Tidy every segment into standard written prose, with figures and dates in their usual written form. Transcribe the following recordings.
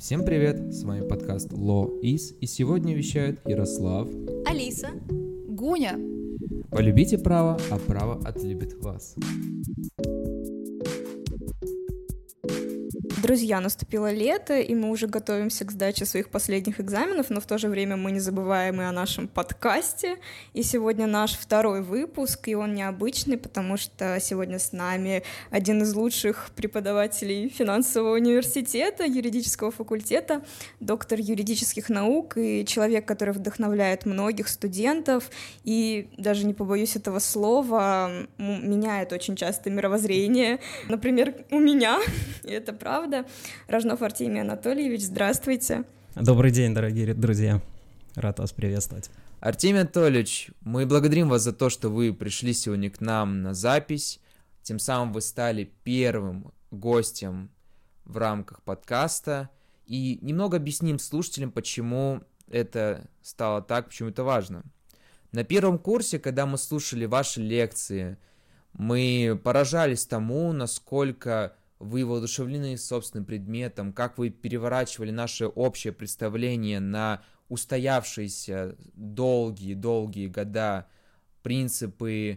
Всем привет, с вами подкаст Law Is, и сегодня вещают Ярослав, Алиса, Гуня. Полюбите право, а право отлюбит вас. Друзья, наступило лето, и мы уже готовимся к сдаче своих последних экзаменов, но в то же время мы не забываем и о нашем подкасте. И сегодня наш второй выпуск, и он необычный, потому что сегодня с нами один из лучших преподавателей финансового университета, юридического факультета, доктор юридических наук и человек, который вдохновляет многих студентов, и даже не побоюсь этого слова, меняет очень часто мировоззрение. Например, у меня, и это правда. Рожнов Артемий Анатольевич, здравствуйте. Добрый день, дорогие друзья. Рад вас приветствовать. Артемий Анатольевич, мы благодарим вас за то, что вы пришли сегодня к нам на запись. Тем самым вы стали первым гостем в рамках подкаста. И немного объясним слушателям, почему это стало так, почему это важно. На первом курсе, когда мы слушали ваши лекции, мы поражались тому, насколько вы воодушевлены собственным предметом, как вы переворачивали наше общее представление на устоявшиеся долгие года принципы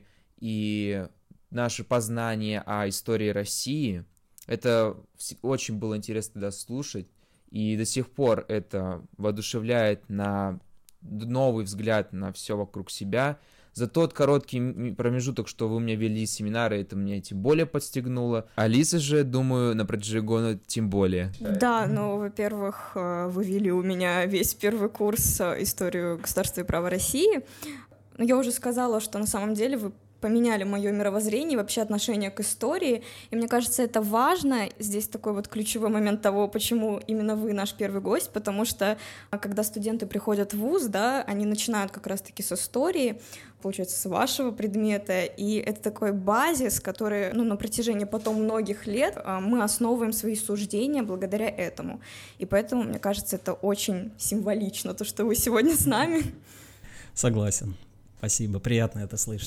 и наше познание о истории России. Это очень было интересно тогда слушать, и до сих пор это воодушевляет на новый взгляд на все вокруг себя. За тот короткий промежуток, что вы у меня вели семинары, это меня тем более подстегнуло. Алиса же, думаю, на протяжении года тем более. Да, ну, во-первых, вы вели у меня весь первый курс «Историю государства и права России». Я уже сказала, что на самом деле вы поменяли мое мировоззрение и вообще отношение к истории, и мне кажется, это важно. Здесь такой вот ключевой момент того, почему именно вы наш первый гость, потому что когда студенты приходят в вуз, да, они начинают как раз-таки с истории, получается, с вашего предмета, и это такой базис, который, на протяжении потом многих лет мы основываем свои суждения благодаря этому, и поэтому, мне кажется, это очень символично, то, что вы сегодня с нами. Согласен. Спасибо, приятно это слышать.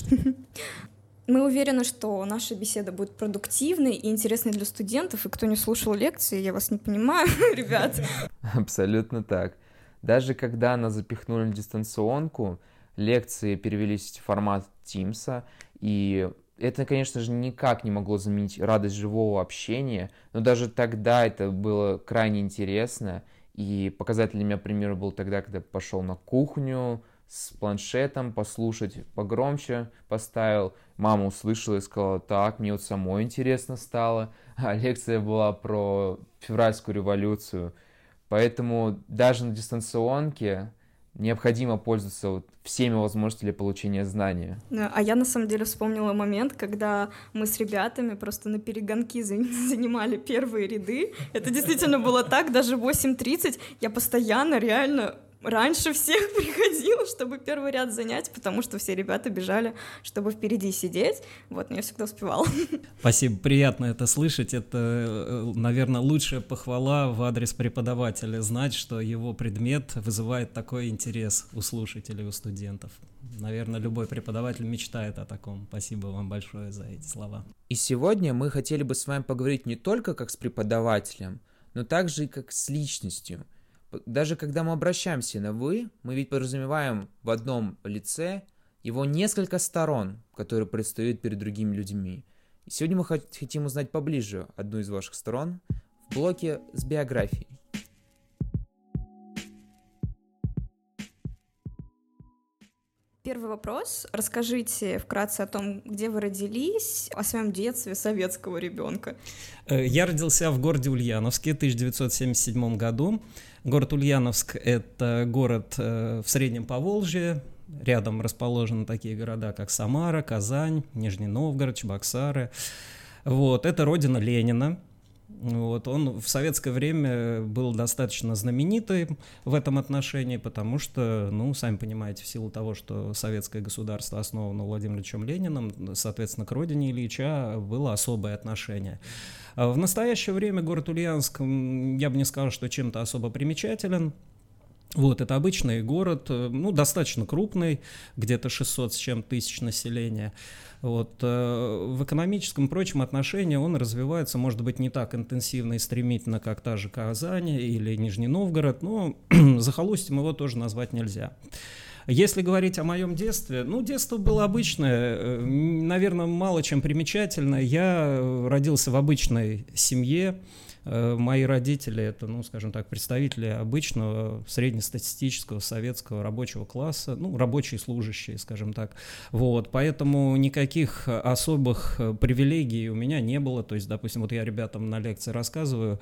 Мы уверены, что наша беседа будет продуктивной и интересной для студентов, и кто не слушал лекции, я вас не понимаю, ребят. Абсолютно так. Даже когда нас запихнули на дистанционку, лекции перевелись в формат Teams, и это, конечно же, никак не могло заменить радость живого общения, но даже тогда это было крайне интересно, и показательный для меня пример был тогда, когда пошел на кухню, с планшетом, послушать погромче поставил. Мама услышала и сказала: так, мне вот самой интересно стало. А лекция была про февральскую революцию. Поэтому даже на дистанционке необходимо пользоваться всеми возможностями для получения знания. А я на самом деле вспомнила момент, когда мы с ребятами просто на перегонки занимали первые ряды. Это действительно было так, даже в 8:30 я постоянно реально раньше всех приходила, чтобы первый ряд занять, потому что все ребята бежали, чтобы впереди сидеть. Вот, но я всегда успевала. Спасибо, приятно это слышать. Это, наверное, лучшая похвала в адрес преподавателя, знать, что его предмет вызывает такой интерес у слушателей, у студентов. Наверное, любой преподаватель мечтает о таком. Спасибо вам большое за эти слова. И сегодня мы хотели бы с вами поговорить не только как с преподавателем, но также и как с личностью. Даже когда мы обращаемся на «вы», мы ведь подразумеваем в одном лице его несколько сторон, которые предстают перед другими людьми. И сегодня мы хотим узнать поближе одну из ваших сторон в блоке с биографией. Первый вопрос. Расскажите вкратце о том, где вы родились, о своем детстве советского ребенка. Я родился в городе Ульяновске в 1977 году. Город Ульяновск — это город в Среднем Поволжье. Рядом расположены такие города, как Самара, Казань, Нижний Новгород, Чебоксары. Это родина Ленина. Он в советское время был достаточно знаменитый в этом отношении, потому что, сами понимаете, в силу того, что советское государство основано Владимиром Ильичем Лениным, соответственно, к родине Ильича было особое отношение. В настоящее время город Ульяновск, я бы не сказал, что чем-то особо примечателен. Вот, это обычный город, ну, достаточно крупный, где-то 600 с чем-то тысяч населения. Вот, в экономическом и прочем отношении он развивается, может быть, не так интенсивно и стремительно, как та же Казань или Нижний Новгород, но захолустьем его тоже назвать нельзя. Если говорить о моем детстве, ну, детство было обычное, наверное, мало чем примечательное. Я родился в обычной семье. Мои родители — это, ну, скажем так, представители обычного среднестатистического советского рабочего класса, ну, рабочие служащие, скажем так. Вот, поэтому никаких особых привилегий у меня не было. То есть, допустим, вот я ребятам на лекции рассказываю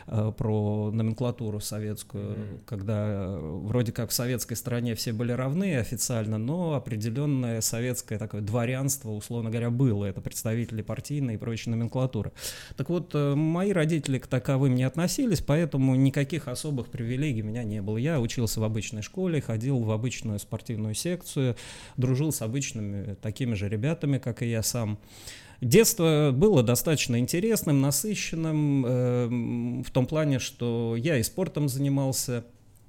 про номенклатуру советскую, когда вроде как в советской стране все были равны официально, но определенное советское такое дворянство, условно говоря, было. Это представители партийной и прочей номенклатуры. Так вот, мои родители к таковым не относились, поэтому никаких особых привилегий у меня не было. Я учился в обычной школе, ходил в обычную спортивную секцию, дружил с обычными такими же ребятами, как и я сам. Детство было достаточно интересным, насыщенным, в том плане, что я и спортом занимался,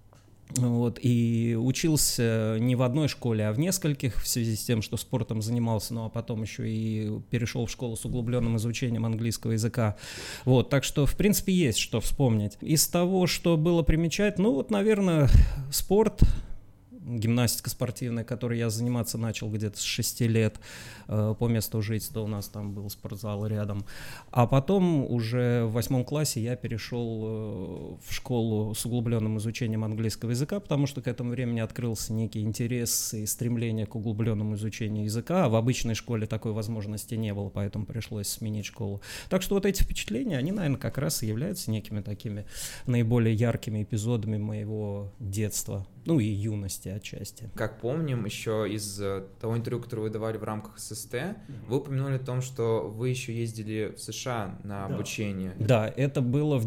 вот, и учился не в одной школе, а в нескольких, в связи с тем, что спортом занимался, ну а потом еще и перешел в школу с углубленным изучением английского языка. Вот, так что, в принципе, есть что вспомнить. Из того, что было примечательно, ну вот, наверное, спорт, гимнастика спортивная, которой я заниматься начал где-то с 6 лет. По месту жительства у нас там был спортзал рядом. А потом уже в 8 классе я перешел в школу с углубленным изучением английского языка, потому что к этому времени открылся некий интерес и стремление к углубленному изучению языка. А в обычной школе такой возможности не было, поэтому пришлось сменить школу. Так что вот эти впечатления, они, наверное, как раз и являются некими такими наиболее яркими эпизодами моего детства, ну и юности отчасти. Как помним, еще из того интервью, которое вы давали в рамках ССТ, вы упомянули о том, что вы еще ездили в США на обучение. Да, это было в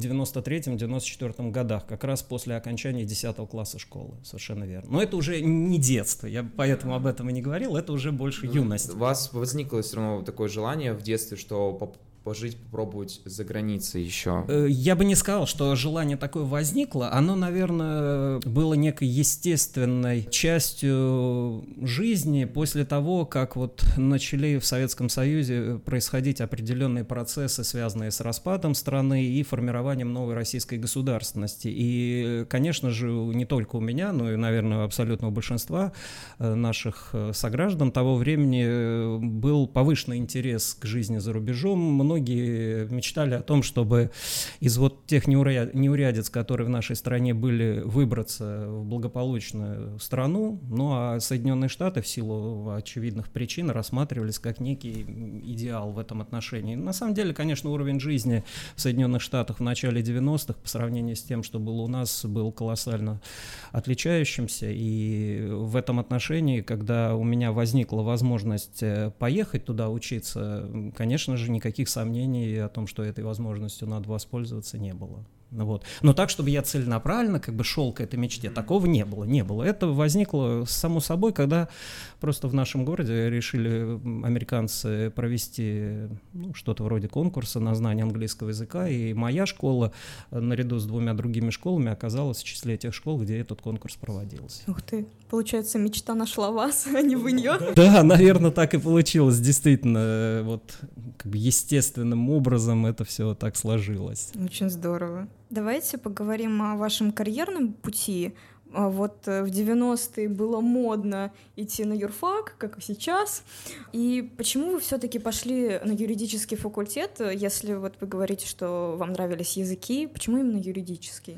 93-94 годах, как раз после окончания 10 класса школы, совершенно верно. Но это уже не детство, я поэтому об этом и не говорил, это уже больше юность. У вас возникло все равно такое желание в детстве, что пожить, попробовать за границей еще? Я бы не сказал, что желание такое возникло. Оно, наверное, было некой естественной частью жизни после того, как вот начали в Советском Союзе происходить определенные процессы, связанные с распадом страны и формированием новой российской государственности. И, конечно же, не только у меня, но и, наверное, у абсолютного большинства наших сограждан того времени был повышенный интерес к жизни за рубежом. Многие мечтали о том, чтобы из вот тех неурядиц, которые в нашей стране были, выбраться в благополучную страну. Ну а Соединенные Штаты в силу очевидных причин рассматривались как некий идеал в этом отношении. На самом деле, конечно, уровень жизни в Соединенных Штатах в начале 90-х по сравнению с тем, что было у нас, был колоссально отличающимся. И в этом отношении, когда у меня возникла возможность поехать туда учиться, конечно же, никаких сомнений о том, что этой возможностью надо воспользоваться, не было. Вот. Но так, чтобы я целенаправленно как бы шел к этой мечте, такого не было. Это возникло само собой, когда просто в нашем городе решили американцы провести что-то вроде конкурса на знание английского языка, и моя школа наряду с 2 другими школами оказалась в числе тех школ, где этот конкурс проводился. Ух ты, получается, мечта нашла вас, а не вы нее? Да, наверное, так и получилось, действительно, вот как бы естественным образом это все так сложилось. Очень здорово. Давайте поговорим о вашем карьерном пути. Вот в 90-е было модно идти на юрфак, как и сейчас. И почему вы все-таки пошли на юридический факультет, если вот вы говорите, что вам нравились языки, почему именно юридический?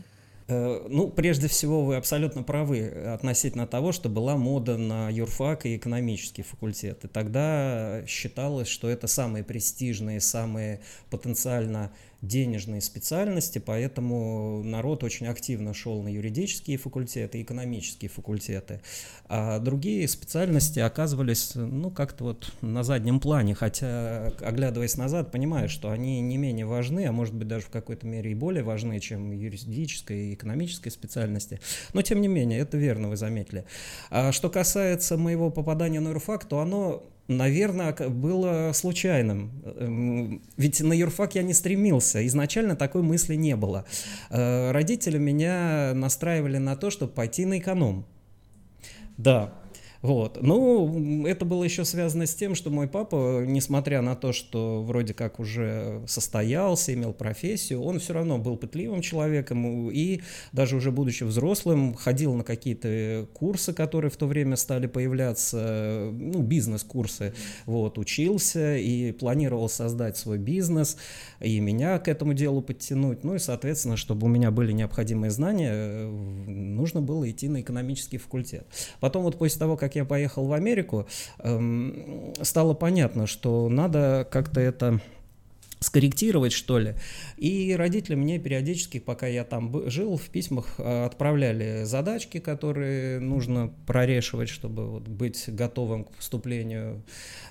Ну, прежде всего, вы абсолютно правы относительно того, что была мода на юрфак и экономический факультет. И тогда считалось, что это самые престижные, самые потенциально денежные специальности, поэтому народ очень активно шел на юридические факультеты и экономические факультеты. А другие специальности оказывались, как-то вот на заднем плане, хотя, оглядываясь назад, понимаешь, что они не менее важны, а может быть даже в какой-то мере и более важны, чем юридическая и экономическая специальности. Но, тем не менее, это верно, вы заметили. А что касается моего попадания на юрфак, то оно наверное, было случайным. Ведь на юрфак я не стремился. Изначально такой мысли не было. Родители меня настраивали на то, чтобы пойти на эконом. Да. Вот. Ну, это было еще связано с тем, что мой папа, несмотря на то, что вроде как уже состоялся, имел профессию, он все равно был пытливым человеком и даже уже будучи взрослым, ходил на какие-то курсы, которые в то время стали появляться, ну, бизнес-курсы, вот, учился и планировал создать свой бизнес, и меня к этому делу подтянуть, ну и, соответственно, чтобы у меня были необходимые знания, нужно было идти на экономический факультет. Потом вот после того, как я поехал в Америку, стало понятно, что надо как-то это скорректировать, что ли. И родители мне периодически, пока я там жил, в письмах отправляли задачки, которые нужно прорешивать, чтобы вот быть готовым к поступлению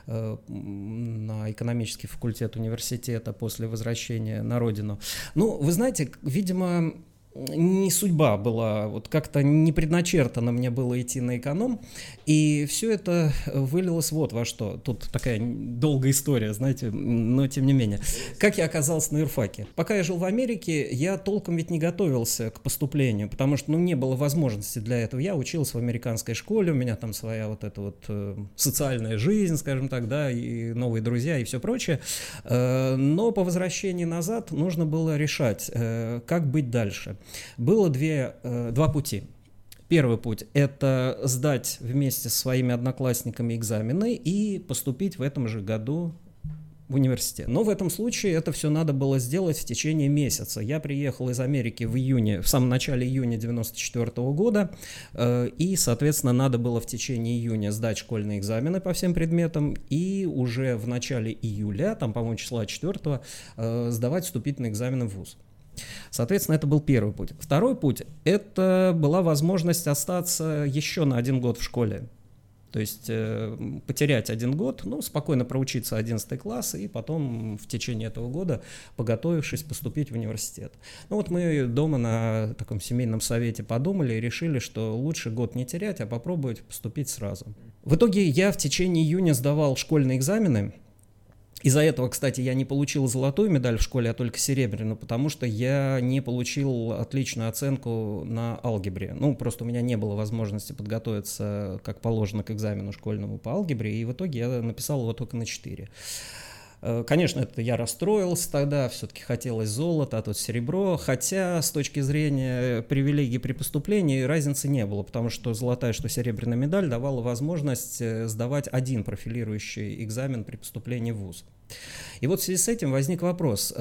на экономический факультет университета после возвращения на родину. Ну, вы знаете, видимо, не судьба была, вот как-то не предначертано мне было идти на эконом, и все это вылилось вот во что. Тут такая долгая история, знаете, но тем не менее. Как я оказался на юрфаке? Пока я жил в Америке, я толком ведь не готовился к поступлению, потому что, ну, не было возможности для этого. Я учился в американской школе, у меня там своя вот эта вот социальная жизнь, скажем так, да, и новые друзья, и все прочее. Но по возвращении назад нужно было решать, как быть дальше. Было два пути. Первый путь – это сдать вместе со своими одноклассниками экзамены и поступить в этом же году в университет. Но в этом случае это все надо было сделать в течение месяца. Я приехал из Америки в самом начале июня 1994 года, и, соответственно, надо было в течение июня сдать школьные экзамены по всем предметам, и уже в начале июля, там, по-моему, числа 4-го, сдавать вступительные экзамены в вуз. Соответственно, это был первый путь. Второй путь – это была возможность остаться еще на 1 год в школе. То есть потерять 1 год, ну, спокойно проучиться 11 класс и потом в течение этого года, поготовившись, поступить в университет. Ну вот мы дома на таком семейном совете подумали и решили, что лучше год не терять, а попробовать поступить сразу. В итоге я в течение июня сдавал школьные экзамены. Из-за этого, кстати, я не получил золотую медаль в школе, а только серебряную, потому что я не получил отличную оценку на алгебре. Ну, просто у меня не было возможности подготовиться, как положено, к экзамену школьному по алгебре, и в итоге я написал его только на 4. Конечно, это я расстроился тогда, все-таки хотелось золото, а тут серебро, хотя с точки зрения привилегий при поступлении разницы не было, потому что золотая, что серебряная медаль давала возможность сдавать 1 профилирующий экзамен при поступлении в вуз. И вот в связи с этим возник вопрос,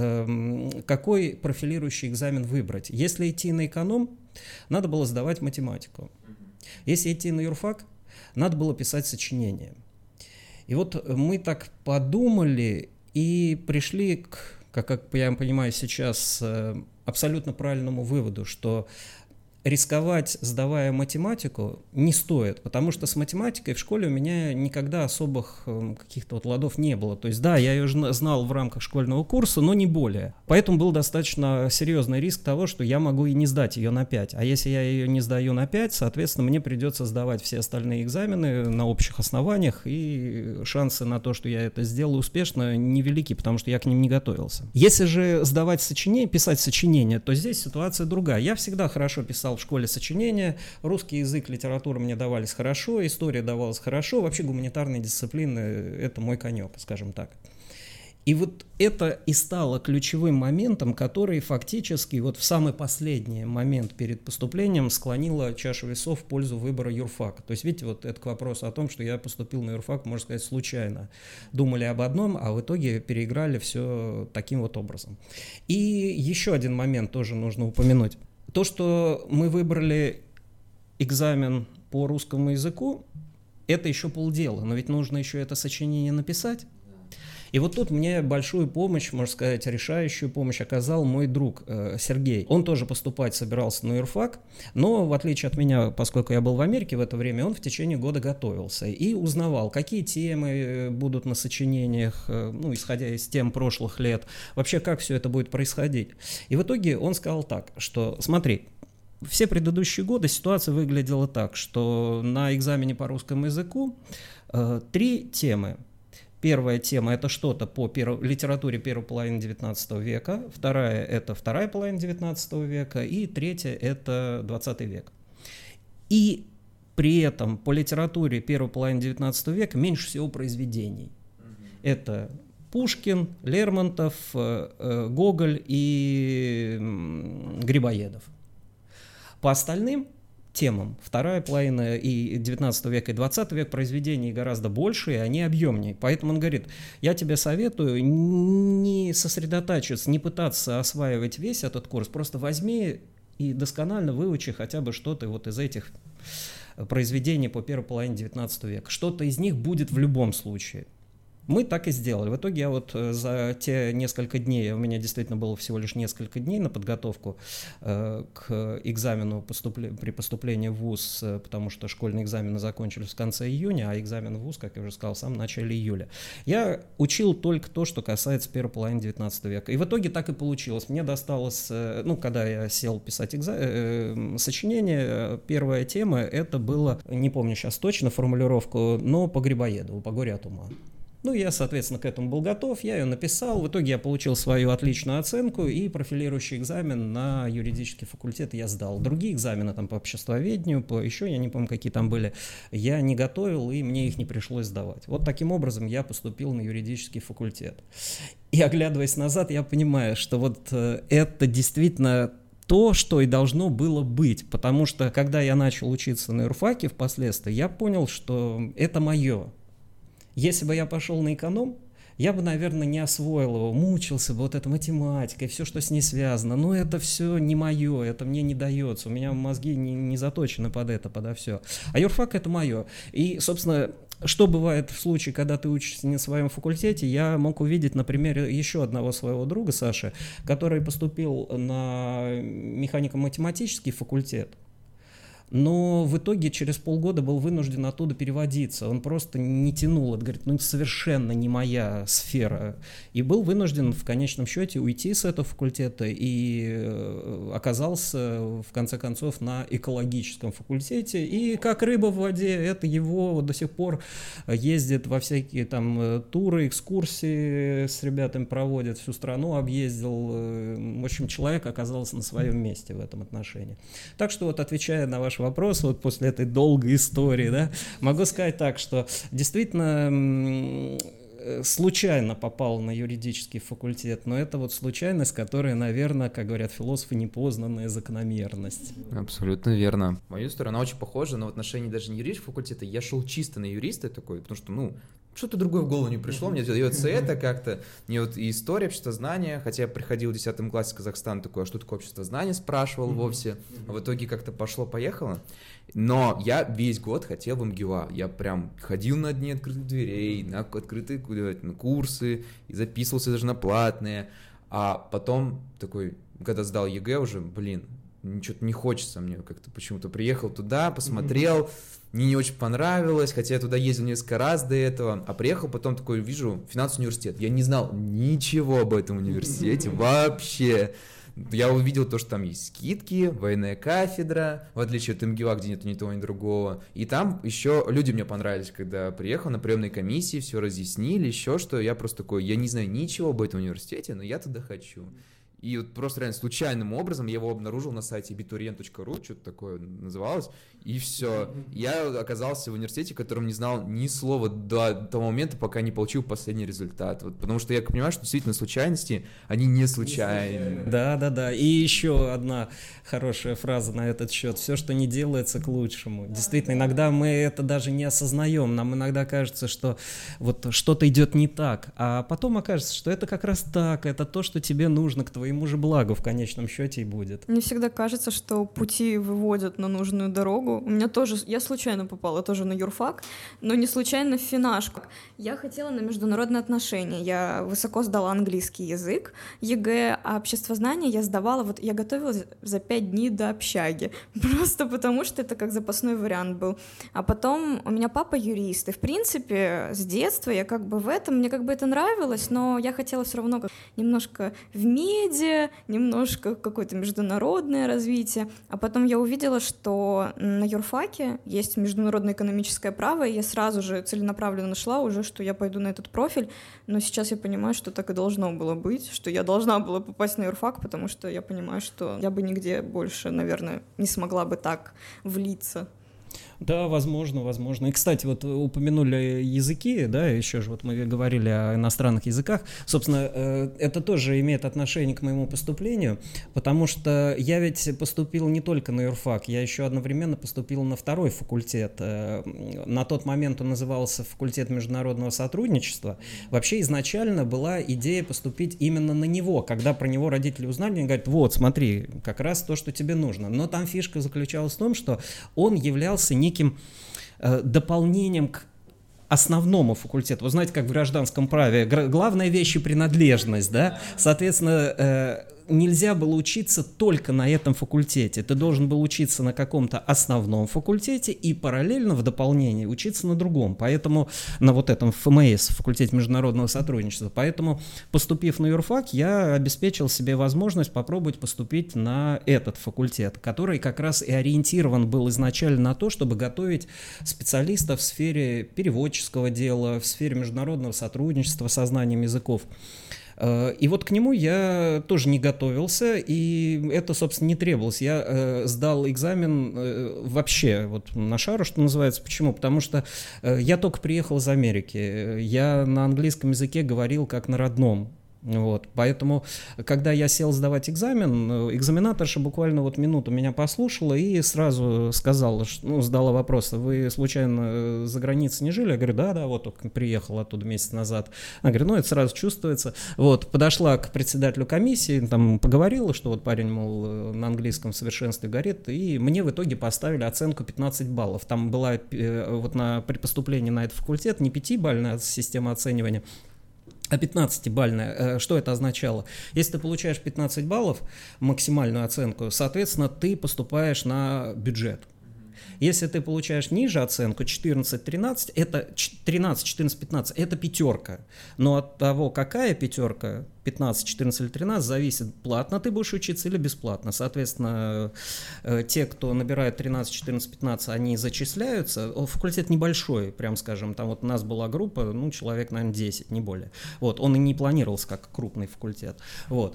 какой профилирующий экзамен выбрать? Если идти на эконом, надо было сдавать математику. Если идти на юрфак, надо было писать сочинение. И вот мы так подумали и пришли к, как я понимаю сейчас, абсолютно правильному выводу, что рисковать, сдавая математику, не стоит, потому что с математикой в школе у меня никогда особых каких-то вот ладов не было. То есть да, я ее знал в рамках школьного курса, но не более. Поэтому был достаточно серьезный риск того, что я могу и не сдать ее на 5. А если я ее не сдаю на 5, соответственно, мне придется сдавать все остальные экзамены на общих основаниях, и шансы на то, что я это сделаю успешно, невелики, потому что я к ним не готовился. Если же сдавать сочинение, писать сочинение, то здесь ситуация другая. Я всегда хорошо писал в школе сочинения, русский язык, литература мне давались хорошо, история давалась хорошо, вообще гуманитарные дисциплины – это мой конек, скажем так. И вот это и стало ключевым моментом, который фактически вот в самый последний момент перед поступлением склонило чашу весов в пользу выбора юрфака. То есть, видите, вот это к вопросу о том, что я поступил на юрфак, можно сказать, случайно. Думали об одном, а в итоге переиграли все таким вот образом. И еще один момент тоже нужно упомянуть. То, что мы выбрали экзамен по русскому языку, это еще полдела, но ведь нужно еще это сочинение написать. И вот тут мне большую помощь, можно сказать, решающую помощь оказал мой друг Сергей. Он тоже поступать собирался на юрфак, но в отличие от меня, поскольку я был в Америке в это время, он в течение года готовился и узнавал, какие темы будут на сочинениях, ну, исходя из тем прошлых лет, вообще как все это будет происходить. И в итоге он сказал так, что смотри, все предыдущие годы ситуация выглядела так, что на экзамене по русскому языку 3 темы. Первая тема – это что-то по литературе первой половины XIX века, вторая – это вторая половина XIX века, и третья – это XX век. И при этом по литературе первой половины XIX века меньше всего произведений. Это Пушкин, Лермонтов, Гоголь и Грибоедов. По остальным темам вторая половина и 19 века, и 20 век произведений гораздо больше, и они объемнее. Поэтому он говорит, я тебе советую не сосредотачиваться, не пытаться осваивать весь этот курс, просто возьми и досконально выучи хотя бы что-то вот из этих произведений по первой половине 19 века. Что-то из них будет в любом случае. Мы так и сделали. В итоге я вот за те несколько дней, у меня действительно было всего лишь несколько дней на подготовку к экзамену при поступлении в ВУЗ, потому что школьные экзамены закончились в конце июня, а экзамен в ВУЗ, как я уже сказал, в самом начале июля. Я учил только то, что касается первой половины 19 века. И в итоге так и получилось. Мне досталось, когда я сел писать сочинение, первая тема, это было, не помню сейчас точно формулировку, но по Грибоедову, по «Горе от ума». Я, соответственно, к этому был готов, я ее написал, в итоге я получил свою отличную оценку, и профилирующий экзамен на юридический факультет я сдал. Другие экзамены там по обществоведению, по еще, я не помню, какие там были, я не готовил, и мне их не пришлось сдавать. Вот таким образом я поступил на юридический факультет. И, оглядываясь назад, я понимаю, что вот это действительно то, что и должно было быть, потому что, когда я начал учиться на юрфаке впоследствии, я понял, что это мое. Если бы я пошел на эконом, я бы, наверное, не освоил его, мучился бы вот этой математикой, все, что с ней связано. Но это все не мое, это мне не дается, у меня мозги не заточены под это все. А юрфак — это мое. И, собственно, что бывает в случае, когда ты учишься не на своем факультете, я мог увидеть, например, еще одного своего друга, Саши, который поступил на механико-математический факультет. Но в итоге через полгода был вынужден оттуда переводиться. Он просто не тянул. Это, говорит, совершенно не моя сфера. И был вынужден в конечном счете уйти с этого факультета и оказался, в конце концов, на экологическом факультете. И как рыба в воде, это его до сих пор ездит во всякие там туры, экскурсии с ребятами проводит, всю страну объездил. В общем, человек оказался на своем месте в этом отношении. Так что вот, отвечая на ваш вопрос, вот после этой долгой истории, да, могу сказать так, что действительно случайно попал на юридический факультет, но это вот случайность, которая, наверное, как говорят философы, непознанная закономерность. Абсолютно верно. Моя история, она очень похожа, но в отношении даже не юридического факультета. Я шел чисто на юриста такой, потому что, что-то другое в голову не пришло, мне дается это как-то, мне вот и история обществознания, хотя я приходил в 10 классе в Казахстан такой, а что такое обществознание, спрашивал вовсе, а в итоге как-то пошло-поехало, но я весь год хотел в МГУА, я прям ходил на дни открытых дверей, на открытые курсы, и записывался даже на платные, а потом такой, когда сдал ЕГЭ уже, что-то не хочется мне как-то почему-то, приехал туда, посмотрел, мне не очень понравилось, хотя я туда ездил несколько раз до этого, а приехал потом такой, вижу, финансовый университет. Я не знал ничего об этом университете вообще. Я увидел то, что там есть скидки, военная кафедра, в отличие от МГУА, где нет ни того, ни другого. И там еще люди мне понравились, когда приехал на приемной комиссии, все разъяснили, еще что. Я просто такой, я не знаю ничего об этом университете, но я туда хочу. И вот просто реально случайным образом я его обнаружил на сайте abiturient.ru, что-то такое называлось, и все. Я оказался в университете, в котором не знал ни слова до того момента, пока не получил последний результат. Вот, потому что я понимаю, что действительно случайности, они не случайны. Да. И еще одна хорошая фраза на этот счет. Все, что не делается, к лучшему. Действительно, иногда мы это даже не осознаем. Нам иногда кажется, что вот что-то идет не так, а потом окажется, что это как раз так, это то, что тебе нужно, к твоему же благу в конечном счете и будет. Мне всегда кажется, что пути выводят на нужную дорогу. У меня тоже, я случайно попала тоже на юрфак, но не случайно в финашку. Я хотела на международные отношения. Я высоко сдала английский язык, ЕГЭ, а обществознание я сдавала, вот я готовилась за 5 дней до общаги, просто потому что это как запасной вариант был. А потом у меня папа юрист, и в принципе с детства я как бы в этом, мне как бы это нравилось, но я хотела все равно немножко в меди, мультимедиа, немножко какое-то международное развитие. А потом я увидела, что на юрфаке есть международное экономическое право, и я сразу же целенаправленно нашла уже, что я пойду на этот профиль. Но сейчас я понимаю, что так и должно было быть, что я должна была попасть на юрфак, потому что я понимаю, что я бы нигде больше, наверное, не смогла бы так влиться. Да, возможно. И, кстати, вот упомянули языки, да, еще же вот мы говорили о иностранных языках. Собственно, это тоже имеет отношение к моему поступлению, потому что я ведь поступил не только на юрфак, я еще одновременно поступил на второй факультет. На тот момент он назывался факультет международного сотрудничества. Вообще изначально была идея поступить именно на него. Когда про него родители узнали, они говорят: вот, смотри, как раз то, что тебе нужно. Но там фишка заключалась в том, что он являлся неким дополнением к основному факультету. Вы знаете, как в гражданском праве, главная вещь и принадлежность, да? Соответственно, нельзя было учиться только на этом факультете. Ты должен был учиться на каком-то основном факультете и параллельно в дополнение учиться на другом. Поэтому на вот этом ФМС, факультете международного сотрудничества. Поэтому, поступив на юрфак, я обеспечил себе возможность попробовать поступить на этот факультет, который как раз и ориентирован был изначально на то, чтобы готовить специалистов в сфере переводческого дела, в сфере международного сотрудничества со знанием языков. И вот к нему я тоже не готовился, и это, собственно, не требовалось. Я сдал экзамен вообще вот на шару, что называется. Почему? Потому что я только приехал из Америки. Я на английском языке говорил как на родном. Вот, поэтому, когда я сел сдавать экзамен, экзаменаторша буквально вот минуту меня послушала и сразу сказала, задала вопрос: вы случайно за границей не жили? Я говорю: да, вот только приехал оттуда месяц назад. Она говорит: это сразу чувствуется. Вот, подошла к председателю комиссии, там поговорила, что вот парень, мол, на английском в совершенстве говорит, и мне в итоге поставили оценку 15 баллов. Там была вот при поступлении на этот факультет не 5-бальная система оценивания, а 15-бальная. Что это означало? Если ты получаешь 15 баллов, максимальную оценку, соответственно, ты поступаешь на бюджет. Если ты получаешь ниже оценку, 14-13, это 13-14-15, это пятерка. Но от того, какая пятерка, 15, 14 или 13, зависит, платно ты будешь учиться или бесплатно. Соответственно, те, кто набирает 13, 14, 15, они зачисляются. Факультет небольшой, прям скажем, там вот у нас была группа, человек, наверное, 10, не более. Вот, он и не планировался как крупный факультет. Вот.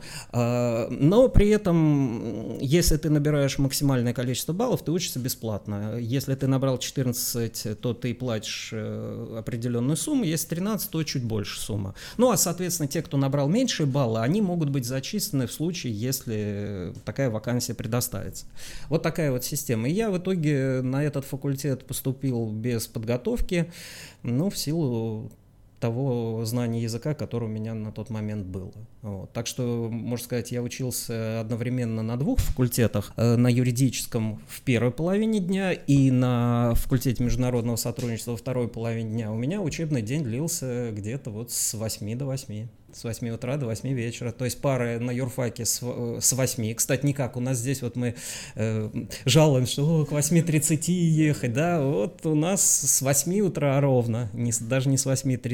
Но при этом, если ты набираешь максимальное количество баллов, ты учишься бесплатно. Если ты набрал 14, то ты платишь определенную сумму, если 13, то чуть больше сумма. Ну, а, соответственно, те, кто набрал меньше баллы, они могут быть зачислены в случае, если такая вакансия предоставится. Вот такая вот система. И я в итоге на этот факультет поступил без подготовки, в силу того знания языка, которое у меня на тот момент было. Вот. Так что, можно сказать, я учился одновременно на двух факультетах. На юридическом в первой половине дня и на факультете международного сотрудничества во второй половине дня. У меня учебный день длился где-то вот с 8 до 8. С 8 утра до 8 вечера. То есть пары на юрфаке с 8. Кстати, никак. У нас здесь вот мы жалуемся, что к 8:30 ехать. Да, вот у нас с 8 утра ровно, даже не с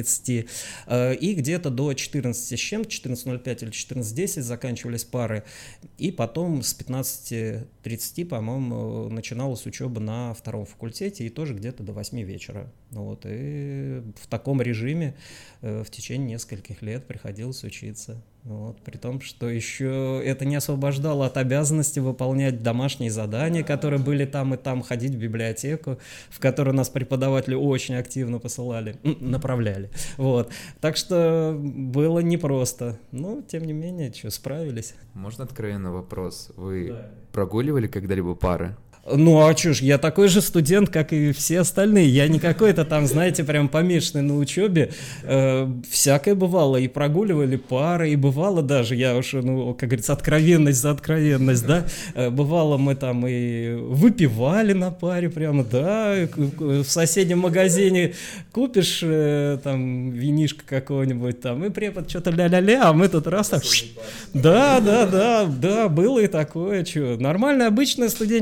8:30. И где-то до 14 с чем-то, 14:05 или 14:10 заканчивались пары. И потом с 15:30, по-моему, начиналась учеба на втором факультете. И тоже где-то до 8 вечера. Вот. И в таком режиме в течение нескольких лет приходилось учиться. Вот. При том, что еще это не освобождало от обязанности выполнять домашние задания, которые были там и там, ходить в библиотеку, в которую нас преподаватели очень активно посылали, направляли. Вот. Так что было непросто. Но, тем не менее, справились. Можно откровенный вопрос? Вы прогуливали когда-либо пары? Ну, а чё ж, я такой же студент, как и все остальные. Я не какой-то там, знаете, прям помешанный на учебе. Всякое бывало. И прогуливали пары, и бывало даже, я уж, как говорится, откровенность за откровенность, да. Бывало, мы там и выпивали на паре прямо, да. В соседнем магазине купишь там винишко какого-нибудь там, и препод что-то ля-ля-ля, а мы тут раз так... Да, было и такое, чё. Нормальная, обычная студенческая жизнь.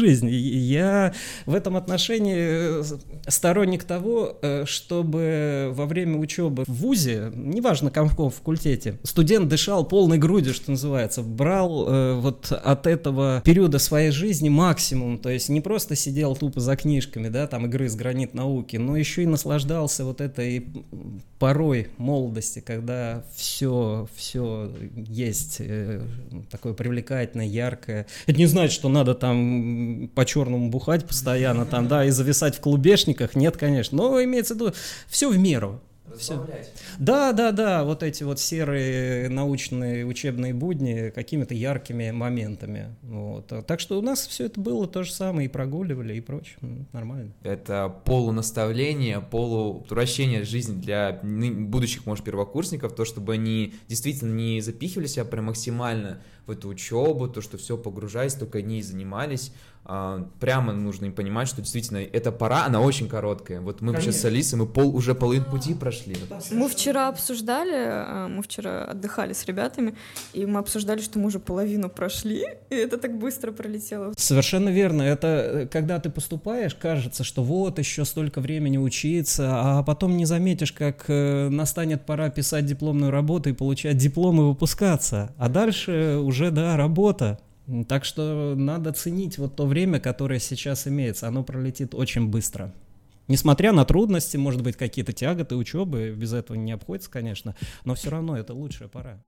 жизнь. Я в этом отношении сторонник того, чтобы во время учебы в вузе, неважно, на каком факультете, студент дышал полной грудью, что называется, брал вот от этого периода своей жизни максимум, то есть не просто сидел тупо за книжками, да, там, и грыз гранит науки, но еще и наслаждался вот этой порой молодости, когда все есть такое привлекательное, яркое. Это не значит, что надо там по-черному бухать постоянно, там, да, и зависать в клубешниках, нет, конечно, но имеется в виду все в меру. Да, вот эти вот серые научные учебные будни какими-то яркими моментами. Вот. Так что у нас все это было то же самое, и прогуливали, и прочее. Нормально. Это полунаставление, полувращение жизни для будущих, может, первокурсников, то, чтобы они действительно не запихивали себя прям максимально в эту учебу, то, что все погружаясь, только они и занимались. Прямо нужно им понимать, что действительно эта пора, она очень короткая. Вот мы сейчас с Алисой, мы уже половину пути прошли. Мы вчера отдыхали с ребятами, и мы обсуждали, что мы уже половину прошли, и это так быстро пролетело. Совершенно верно. Это когда ты поступаешь, кажется, что вот еще столько времени учиться, а потом не заметишь, как настанет пора писать дипломную работу и получать диплом и выпускаться. А дальше уже, да, работа. Так что надо ценить вот то время, которое сейчас имеется. Оно пролетит очень быстро. Несмотря на трудности, может быть, какие-то тяготы учебы, без этого не обходится, конечно, но все равно это лучшая пора.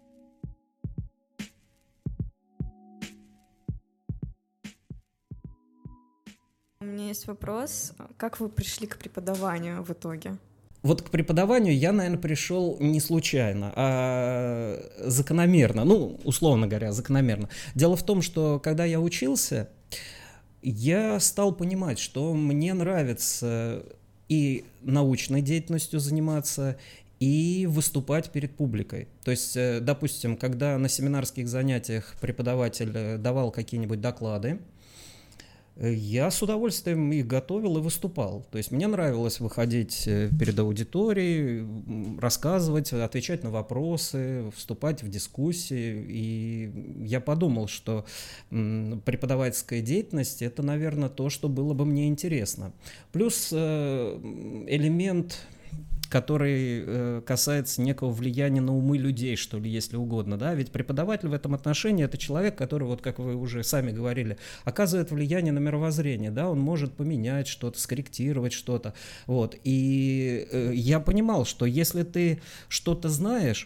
У меня есть вопрос. Как вы пришли к преподаванию в итоге? Вот к преподаванию я, наверное, пришел не случайно, а закономерно, ну, условно говоря, закономерно. Дело в том, что когда я учился, я стал понимать, что мне нравится и научной деятельностью заниматься, и выступать перед публикой. То есть, допустим, когда на семинарских занятиях преподаватель давал какие-нибудь доклады, я с удовольствием их готовил и выступал. То есть мне нравилось выходить перед аудиторией, рассказывать, отвечать на вопросы, вступать в дискуссии. И я подумал, что преподавательская деятельность — это, наверное, то, что было бы мне интересно. Плюс элемент, который касается некого влияния на умы людей, что ли, если угодно, да, ведь преподаватель в этом отношении — это человек, который, вот как вы уже сами говорили, оказывает влияние на мировоззрение, да, он может поменять что-то, скорректировать что-то, вот, и я понимал, что если ты что-то знаешь,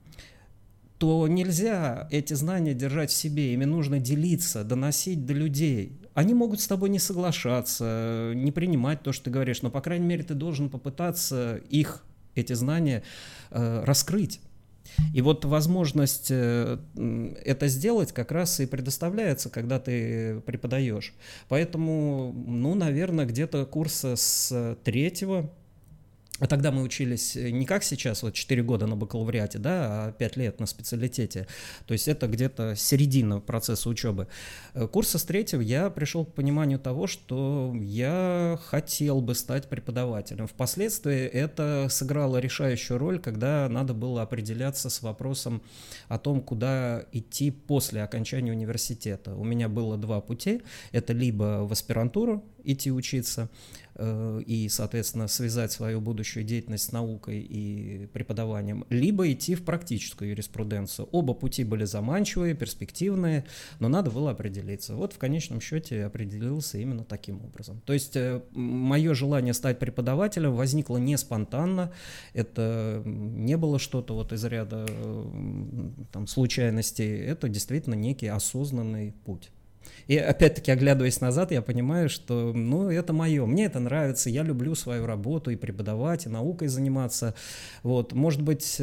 то нельзя эти знания держать в себе, ими нужно делиться, доносить до людей. Они могут с тобой не соглашаться, не принимать то, что ты говоришь, но, по крайней мере, ты должен попытаться эти знания, раскрыть. И вот возможность это сделать как раз и предоставляется, когда ты преподаешь. Поэтому, ну, наверное, где-то курса с 3-го, а тогда мы учились не как сейчас, вот 4 года на бакалавриате, да, а 5 лет на специалитете. То есть это где-то середина процесса учебы. Курса с 3-го я пришел к пониманию того, что я хотел бы стать преподавателем. Впоследствии это сыграло решающую роль, когда надо было определяться с вопросом о том, куда идти после окончания университета. У меня было 2 пути. Это либо в аспирантуру идти учиться, и, соответственно, связать свою будущую деятельность с наукой и преподаванием, либо идти в практическую юриспруденцию. Оба пути были заманчивые, перспективные, но надо было определиться. Вот в конечном счете определился именно таким образом. То есть мое желание стать преподавателем возникло не спонтанно, это не было что-то вот из ряда там, случайностей, это действительно некий осознанный путь. И опять-таки, оглядываясь назад, я понимаю, что, ну, это мое, мне это нравится, я люблю свою работу и преподавать, и наукой заниматься. Вот, может быть,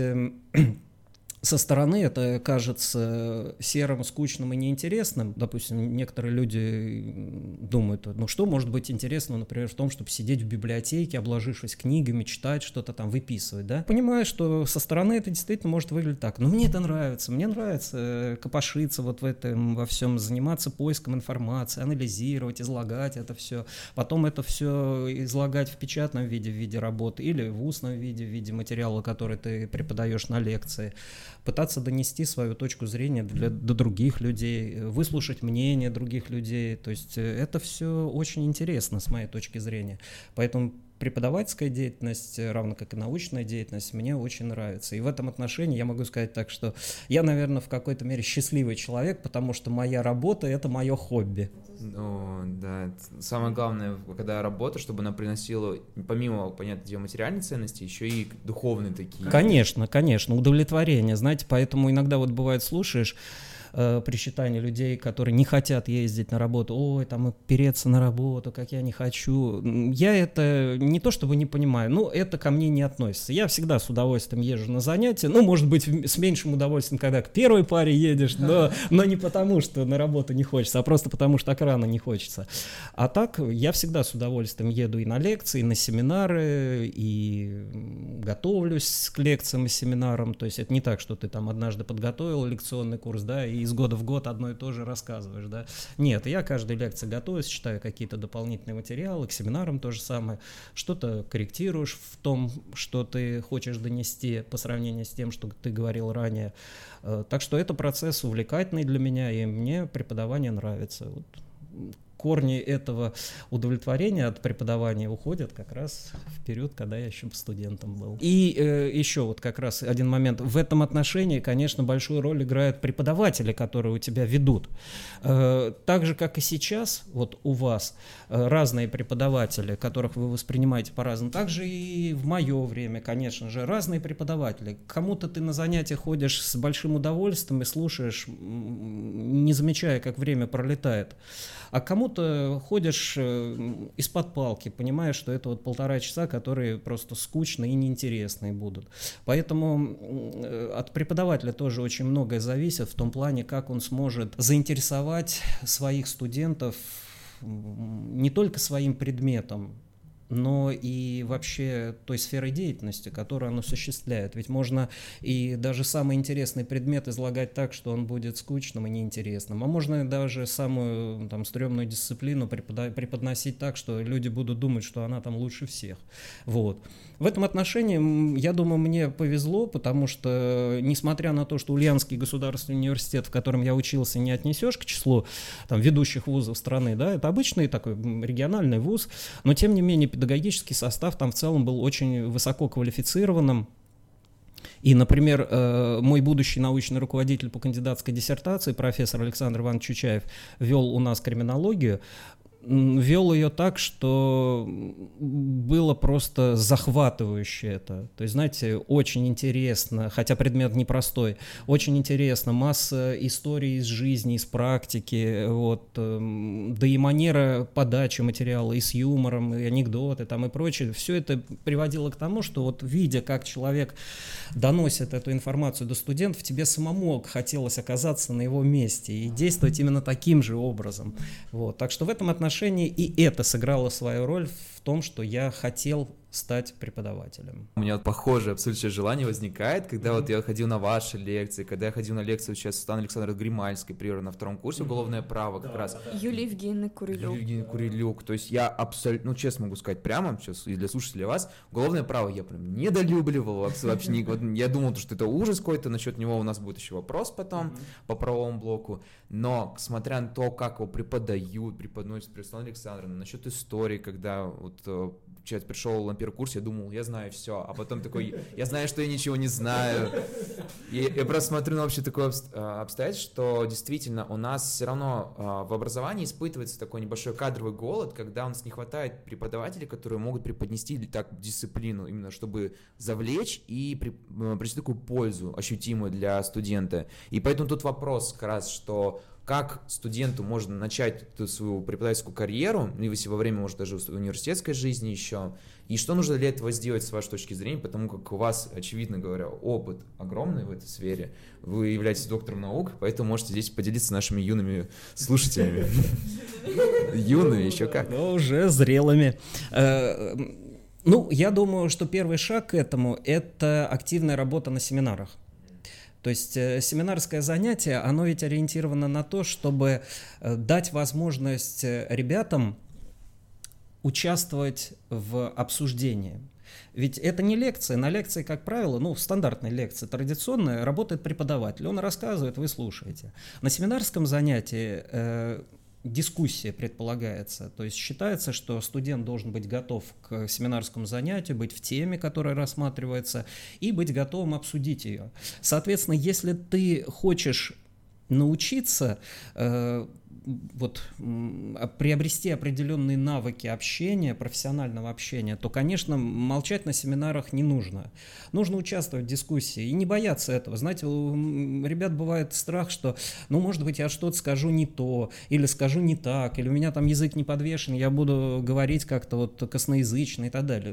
со стороны это кажется серым, скучным и неинтересным. Допустим, некоторые люди думают, ну что может быть интересно, например, в том, чтобы сидеть в библиотеке, обложившись книгами, читать что-то там, выписывать, да? Понимаю, что со стороны это действительно может выглядеть так. Но мне это нравится, мне нравится копошиться вот в этом, во всем, заниматься поиском информации, анализировать, излагать это все. Потом это все излагать в печатном виде, в виде работы, или в устном виде, в виде материала, который ты преподаешь на лекции. пытаться донести свою точку зрения до других людей, выслушать мнение других людей. То есть это все очень интересно с моей точки зрения. Поэтому преподавательская деятельность, равно как и научная деятельность, мне очень нравится. И в этом отношении я могу сказать так, что я, наверное, в какой-то мере счастливый человек, потому что моя работа — это мое хобби. Ну, да, самое главное, когда работа, чтобы она приносила, помимо, понятное дело, материальной ценности, еще и духовные такие. Конечно, удовлетворение, знаете, поэтому иногда вот бывает слушаешь причитания людей, которые не хотят ездить на работу, ой, там переться на работу, как я не хочу. Я это не то чтобы не понимаю, но это ко мне не относится. Я всегда с удовольствием езжу на занятия, ну, может быть, с меньшим удовольствием, когда к первой паре едешь, но не потому, что на работу не хочется, а просто потому, что так рано не хочется. А так, я всегда с удовольствием еду и на лекции, и на семинары, и готовлюсь к лекциям и семинарам. То есть это не так, что ты там однажды подготовил лекционный курс, да, и из года в год одно и то же рассказываешь, да. Нет, я каждой лекции готовлюсь, читаю какие-то дополнительные материалы, к семинарам то же самое, что-то корректируешь в том, что ты хочешь донести по сравнению с тем, что ты говорил ранее. Так что это процесс увлекательный для меня, и мне преподавание нравится. Вот. Корни этого удовлетворения от преподавания уходят как раз в период, когда я еще студентом был. И еще вот как раз один момент. В этом отношении, конечно, большую роль играют преподаватели, которые у тебя ведут. Так же, как и сейчас, вот у вас разные преподаватели, которых вы воспринимаете по-разному. Так же и в мое время, конечно же, разные преподаватели. Кому-то ты на занятия ходишь с большим удовольствием и слушаешь, не замечая, как время пролетает. А кому-то ходишь из-под палки, понимаешь, что это вот 1,5 часа, которые просто скучные и неинтересные будут. Поэтому от преподавателя тоже очень многое зависит в том плане, как он сможет заинтересовать своих студентов не только своим предметом, но и вообще той сферой деятельности, которую он осуществляет. Ведь можно и даже самый интересный предмет излагать так, что он будет скучным и неинтересным. А можно даже самую там стрёмную дисциплину преподносить так, что люди будут думать, что она там лучше всех. Вот. В этом отношении, я думаю, мне повезло, потому что, несмотря на то, что Ульяновский государственный университет, в котором я учился, не отнесешь к числу там, ведущих вузов страны, да, это обычный такой региональный вуз, но тем не менее педагогический состав там в целом был очень высоко квалифицированным. И, например, мой будущий научный руководитель по кандидатской диссертации, профессор Александр Иванович Чучаев, вел у нас криминологию, вел ее так, что было просто захватывающе это. То есть, знаете, очень интересно, хотя предмет непростой, очень интересно, масса историй из жизни, из практики, вот, да и манера подачи материала, и с юмором, и анекдоты там и прочее. Все это приводило к тому, что вот видя, как человек доносит эту информацию до студентов, тебе самому хотелось оказаться на его месте и действовать именно таким же образом. Вот. Так что в этом отношении и это сыграло свою роль в том, что я хотел стать преподавателем. У меня вот похожее абсолютно желание возникает, когда вот я ходил на ваши лекции, когда я ходил на лекцию сейчас Светланы Александровны Гримальской, примерно на 2-м курсе уголовное право как раз. Юлия Евгеньевна Курилюк. То есть я абсолютно, ну честно могу сказать прямо, сейчас и для слушателей вас, уголовное право я прям недолюбливал вообще. Я думал, что это ужас какой-то, насчет него у нас будет еще вопрос потом по правовому блоку, но смотря на то, как его преподносит Светлана Александровна, насчет истории, когда вот человек пришел на первый курс, я думал, я знаю все, а потом такой, я знаю, что я ничего не знаю. И я просто смотрю на вообще такое обстоятельство, что действительно у нас все равно в образовании испытывается такой небольшой кадровый голод, когда у нас не хватает преподавателей, которые могут преподнести так дисциплину, именно чтобы завлечь и принести такую пользу ощутимую для студента. И поэтому тут вопрос как раз, что как студенту можно начать свою преподавательскую карьеру, во время, может, даже университетской жизни еще, и что нужно для этого сделать с вашей точки зрения, потому как у вас, очевидно говоря, опыт огромный в этой сфере, вы являетесь доктором наук, поэтому можете здесь поделиться с нашими юными слушателями. Юными еще как. Но уже зрелыми. Я думаю, что первый шаг к этому – это активная работа на семинарах. То есть семинарское занятие, оно ведь ориентировано на то, чтобы дать возможность ребятам участвовать в обсуждении. Ведь это не лекция. На лекции, как правило, в стандартной лекции, традиционной, работает преподаватель. Он рассказывает, вы слушаете. На семинарском занятии дискуссия предполагается. То есть считается, что студент должен быть готов к семинарскому занятию, быть в теме, которая рассматривается, и быть готовым обсудить ее. Соответственно, если ты хочешь научиться приобрести определенные навыки общения, профессионального общения, то, конечно, молчать на семинарах не нужно. Нужно участвовать в дискуссии и не бояться этого. Знаете, у ребят бывает страх, что, может быть, я что-то скажу не то, или скажу не так, или у меня там язык не подвешен, я буду говорить как-то косноязычно и так далее.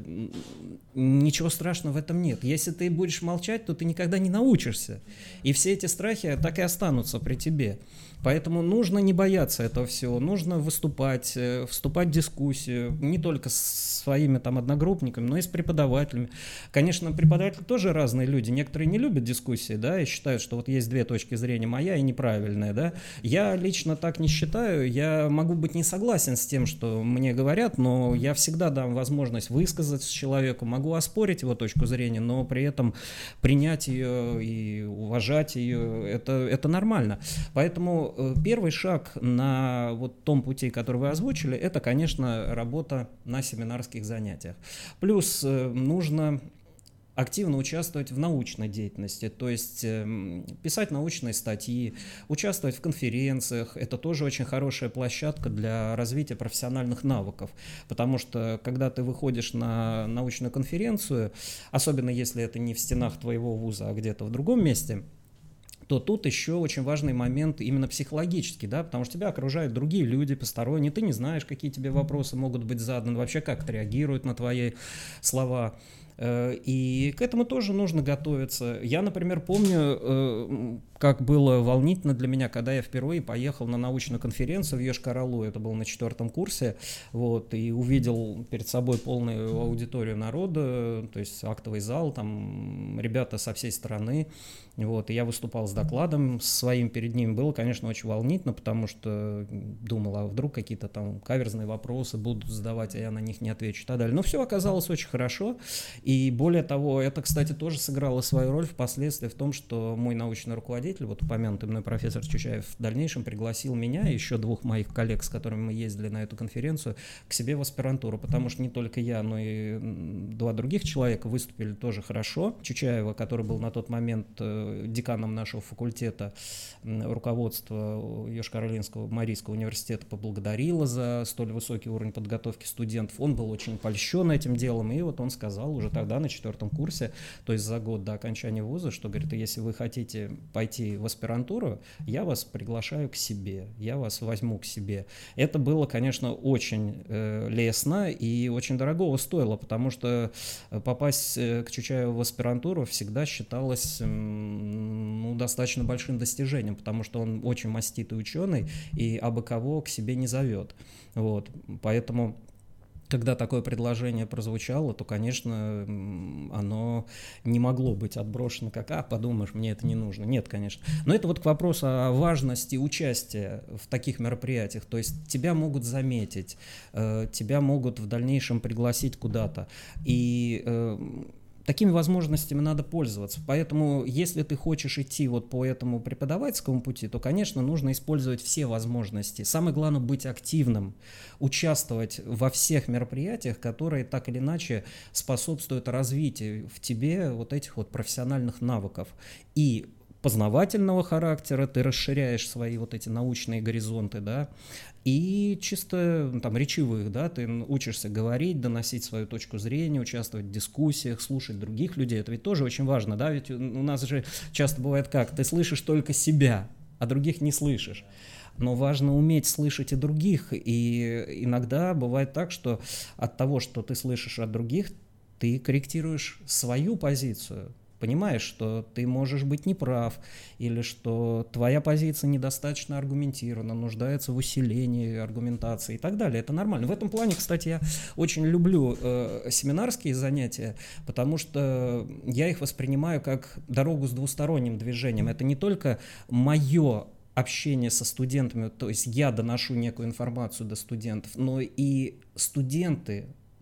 Ничего страшного в этом нет. Если ты будешь молчать, то ты никогда не научишься. И все эти страхи так и останутся при тебе. Поэтому нужно не бояться этого всего, нужно выступать, вступать в дискуссию, не только с своими одногруппниками, но и с преподавателями. Конечно, преподаватели тоже разные люди, некоторые не любят дискуссии, да, и считают, что есть две точки зрения, моя и неправильная, да. Я лично так не считаю, я могу быть не согласен с тем, что мне говорят, но я всегда дам возможность высказаться человеку, могу оспорить его точку зрения, но при этом принять ее и уважать ее, это нормально. Поэтому первый шаг на том пути, который вы озвучили, это, конечно, работа на семинарских занятиях. Плюс нужно активно участвовать в научной деятельности, то есть писать научные статьи, участвовать в конференциях. Это тоже очень хорошая площадка для развития профессиональных навыков, потому что когда ты выходишь на научную конференцию, особенно если это не в стенах твоего вуза, а где-то в другом месте, то тут еще очень важный момент именно психологический, да, потому что тебя окружают другие люди, посторонние, ты не знаешь, какие тебе вопросы могут быть заданы, вообще как отреагируют на твои слова. И к этому тоже нужно готовиться. Я, например, помню, как было волнительно для меня, когда я впервые поехал на научную конференцию в Йошкар-Олу, это было на 4 курсе, и увидел перед собой полную аудиторию народа, то есть актовый зал, там ребята со всей страны, и я выступал с докладом своим перед ними. Было, конечно, очень волнительно, потому что думал, а вдруг какие-то там каверзные вопросы будут задавать, а я на них не отвечу и так далее. Но все оказалось очень хорошо. И более того, это, кстати, тоже сыграло свою роль впоследствии в том, что мой научный руководитель, упомянутый мной профессор Чучаев, в дальнейшем пригласил меня и еще 2 моих коллег, с которыми мы ездили на эту конференцию, к себе в аспирантуру, потому что не только я, но и 2 других человека выступили тоже хорошо. Чучаева, который был на тот момент деканом нашего факультета, руководство Йошкар-Олинского Марийского университета поблагодарило за столь высокий уровень подготовки студентов. Он был очень польщен этим делом, и он сказал уже тогда на 4 курсе, то есть за год до окончания вуза, что, говорит, если вы хотите пойти в аспирантуру, я вас приглашаю к себе, я вас возьму к себе. Это было, конечно, очень лестно и очень дорогого стоило, потому что попасть к Чучаеву в аспирантуру всегда считалось достаточно большим достижением, потому что он очень маститый ученый и абы кого к себе не зовет. Поэтому когда такое предложение прозвучало, то, конечно, оно не могло быть отброшено как, подумаешь, мне это не нужно. Нет, конечно. Но это к вопросу о важности участия в таких мероприятиях. То есть тебя могут заметить, тебя могут в дальнейшем пригласить куда-то. И такими возможностями надо пользоваться. Поэтому, если ты хочешь идти по этому преподавательскому пути, то, конечно, нужно использовать все возможности. Самое главное — быть активным, участвовать во всех мероприятиях, которые так или иначе способствуют развитию в тебе этих профессиональных навыков. И познавательного характера, ты расширяешь свои эти научные горизонты, да, и чисто речевых, да, ты учишься говорить, доносить свою точку зрения, участвовать в дискуссиях, слушать других людей. Это ведь тоже очень важно, да, ведь у нас же часто бывает как, ты слышишь только себя, а других не слышишь. Но важно уметь слышать и других, и иногда бывает так, что от того, что ты слышишь от других, ты корректируешь свою позицию. Понимаешь, что ты можешь быть неправ, или что твоя позиция недостаточно аргументирована, нуждается в усилении аргументации и так далее. Это нормально. В этом плане, кстати, я очень люблю семинарские занятия, потому что я их воспринимаю как дорогу с двусторонним движением. Это не только мое общение со студентами, то есть я доношу некую информацию до студентов, но и студенты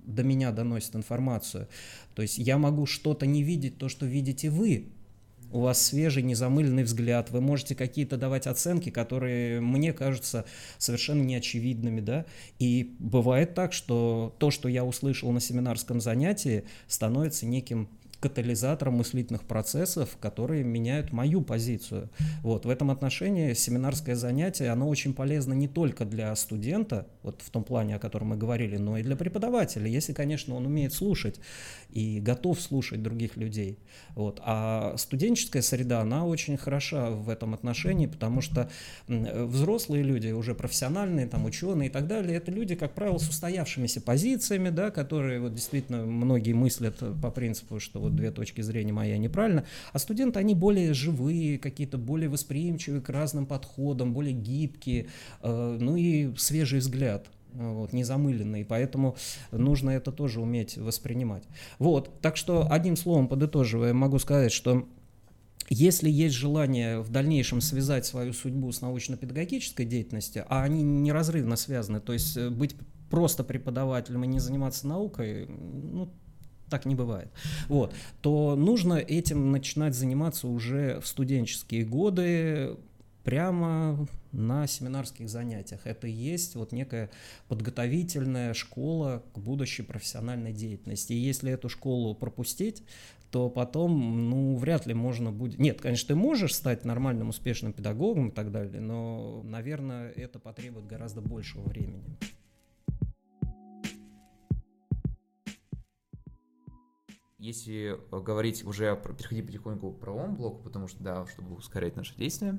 до меня доносят информацию. То есть я могу что-то не видеть, то, что видите вы. У вас свежий, незамыленный взгляд, вы можете какие-то давать оценки, которые мне кажутся совершенно неочевидными, да, и бывает так, что то, что я услышал на семинарском занятии, становится неким катализатором мыслительных процессов, которые меняют мою позицию. Вот. В этом отношении семинарское занятие, оно очень полезно не только для студента, вот в том плане, о котором мы говорили, но и для преподавателя, если, конечно, он умеет слушать и готов слушать других людей. Вот. А студенческая среда, она очень хороша в этом отношении, потому что взрослые люди, уже профессиональные, там, ученые и так далее, это люди, как правило, с устоявшимися позициями, да, которые вот, действительно многие мыслят по принципу, что вот две точки зрения моя неправильно, а студенты, они более живые, какие-то более восприимчивые к разным подходам, более гибкие, ну и свежий взгляд. Вот, незамыленный, поэтому нужно это тоже уметь воспринимать. Вот, так что одним словом подытоживая, могу сказать, что если есть желание в дальнейшем связать свою судьбу с научно-педагогической деятельностью, а они неразрывно связаны, то есть быть просто преподавателем и не заниматься наукой, ну, так не бывает, вот, то нужно этим начинать заниматься уже в студенческие годы, прямо на семинарских занятиях. Это и есть вот некая подготовительная школа к будущей профессиональной деятельности. И если эту школу пропустить, то потом, ну, вряд ли можно будет... Нет, конечно, ты можешь стать нормальным, успешным педагогом и так далее, но, наверное, это потребует гораздо большего времени. Если говорить уже, переходить потихоньку к правовому блоку, потому что, да, чтобы ускорять наши действия,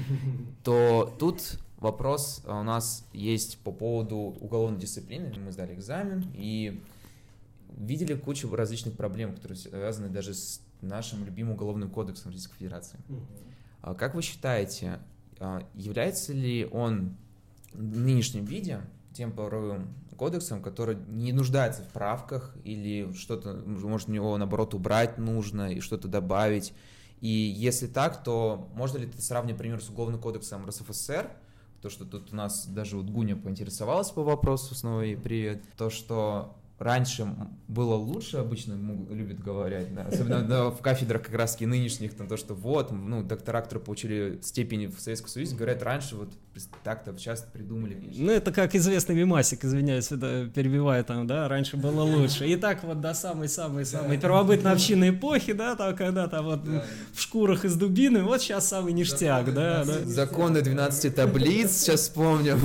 то тут вопрос у нас есть по поводу уголовной дисциплины. Мы сдали экзамен и видели кучу различных проблем, которые связаны даже с нашим любимым уголовным кодексом Российской Федерации. Как вы считаете, является ли он в нынешнем виде тем правовым кодексом, который не нуждается в правках или что-то, может, у него, наоборот, убрать нужно и что-то добавить? И если так, то можно ли это сравнивать, например, с Уголовным кодексом РСФСР? То, что тут у нас даже вот Гуня поинтересовалась по вопросу, снова ей привет. То, что раньше было лучше, обычно любят говорить, да, особенно в кафедрах как раз-таки нынешних, там, то, что вот, ну, доктора, которые получили степень в Советском Союзе, говорят, раньше вот так-то сейчас придумали. Ну, это как известный мемасик, извиняюсь, это перебиваю там, да, раньше было лучше. И так вот до самой-самой-самой первобытно-общинной эпохи, да, там когда-то вот в шкурах из дубины, вот сейчас самый ништяк, да. Законы 12 таблиц, сейчас вспомним.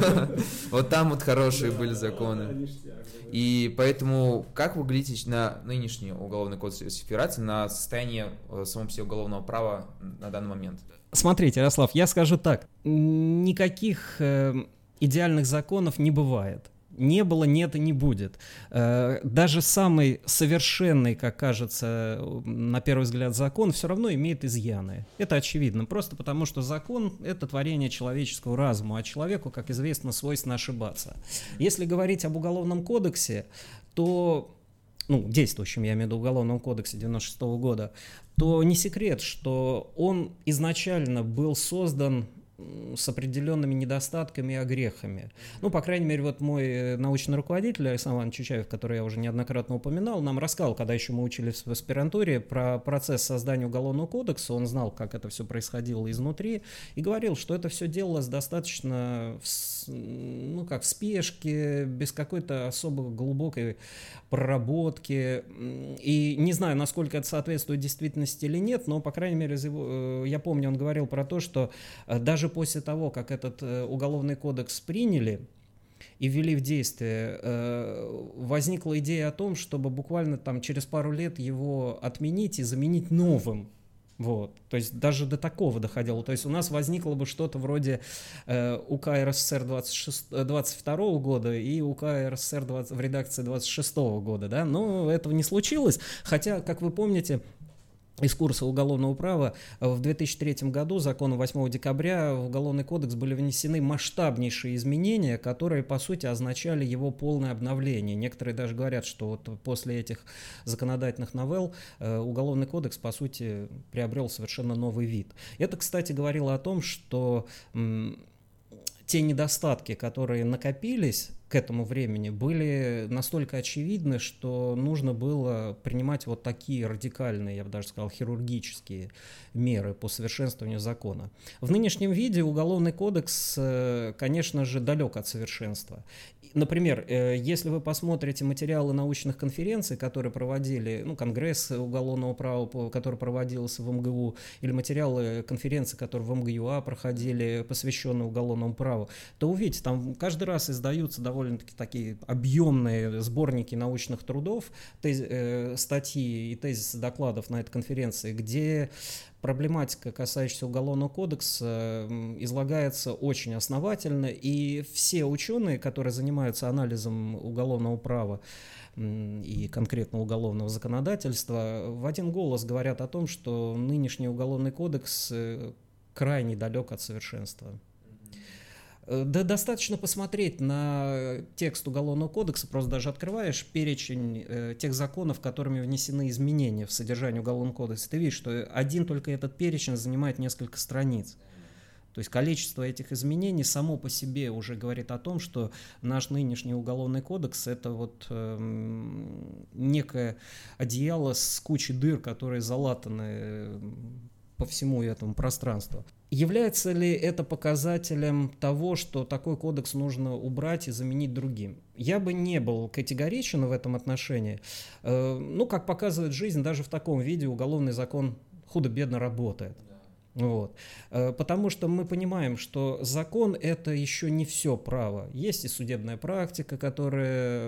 Вот там вот хорошие были законы. И поэтому, как вы глядите на нынешний Уголовный кодекс Российской Федерации, на состояние самого себе уголовного права на данный момент? Смотрите, Ярослав, я скажу так. Никаких идеальных законов не бывает. Не было, нет и не будет. Даже самый совершенный, как кажется, на первый взгляд, закон все равно имеет изъяны. Это очевидно. Просто потому, что закон — это творение человеческого разума, а человеку, как известно, свойственно ошибаться. Если говорить об Уголовном кодексе, то, ну, действующем, я имею в виду Уголовном кодексе 96 года, то не секрет, что он изначально был создан с определенными недостатками и огрехами. Ну, по крайней мере, вот мой научный руководитель Александр Иванович Чучаев, который я уже неоднократно упоминал, нам рассказал, когда еще мы учились в аспирантуре, про процесс создания Уголовного кодекса. Он знал, как это все происходило изнутри, и говорил, что это все делалось достаточно, ну, как в спешке, без какой-то особо глубокой проработки. И не знаю, насколько это соответствует действительности или нет, но, по крайней мере, я помню, он говорил про то, что даже после того, как этот уголовный кодекс приняли и ввели в действие, возникла идея о том, чтобы буквально там через пару лет его отменить и заменить новым. Вот. То есть даже до такого доходило. То есть у нас возникло бы что-то вроде УК РСФСР 22 года и УК РСФСР в редакции 26 года. Да? Но этого не случилось. Хотя, как вы помните, из курса уголовного права в 2003 году законом 8 декабря в Уголовный кодекс были внесены масштабнейшие изменения, которые, по сути, означали его полное обновление. Некоторые даже говорят, что вот после этих законодательных новелл Уголовный кодекс, по сути, приобрел совершенно новый вид. Это, кстати, говорило о том, что те недостатки, которые накопились, к этому времени были настолько очевидны, что нужно было принимать вот такие радикальные, я бы даже сказал, хирургические меры по совершенствованию закона. В нынешнем виде Уголовный кодекс, конечно же, далек от совершенства. Например, если вы посмотрите материалы научных конференций, которые проводили, Конгресс уголовного права, который проводился в МГУ, или материалы конференций, которые в МГЮА проходили, посвященные уголовному праву, то увидите, там каждый раз издаются довольно-таки такие объемные сборники научных трудов, статьи и тезисы докладов на этой конференции, где проблематика, касающаяся Уголовного кодекса, излагается очень основательно, и все ученые, которые занимаются анализом уголовного права и конкретно уголовного законодательства, в один голос говорят о том, что нынешний Уголовный кодекс крайне далек от совершенства. Да достаточно посмотреть на текст Уголовного кодекса, просто даже открываешь перечень тех законов, которыми внесены изменения в содержание Уголовного кодекса, ты видишь, что один только этот перечень занимает несколько страниц. То есть количество этих изменений само по себе уже говорит о том, что наш нынешний Уголовный кодекс — это вот некое одеяло с кучей дыр, которые залатаны по всему этому пространству. Является ли это показателем того, что такой кодекс нужно убрать и заменить другим? Я бы не был категоричен в этом отношении. Как показывает жизнь, даже в таком виде уголовный закон худо-бедно работает. Вот. Потому что мы понимаем, что закон — это еще не все право. Есть и судебная практика, которая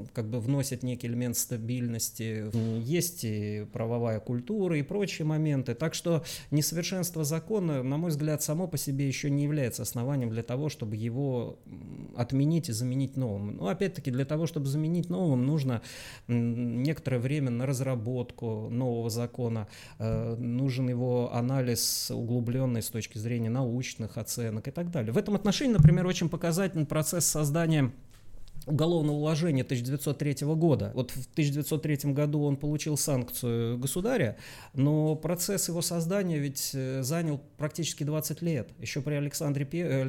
вносит некий элемент стабильности, есть и правовая культура и прочие моменты. Так что несовершенство закона, на мой взгляд, само по себе еще не является основанием для того, чтобы его отменить и заменить новым. Но опять-таки для того, чтобы заменить новым, нужно некоторое время на разработку нового закона, нужен его анализ углубленный с точки зрения научных оценок и так далее. В этом отношении, например, очень показательный процесс создания уголовного уложения 1903 года. Вот в 1903 году он получил санкцию государя, но процесс его создания ведь занял практически 20 лет. Еще при Александре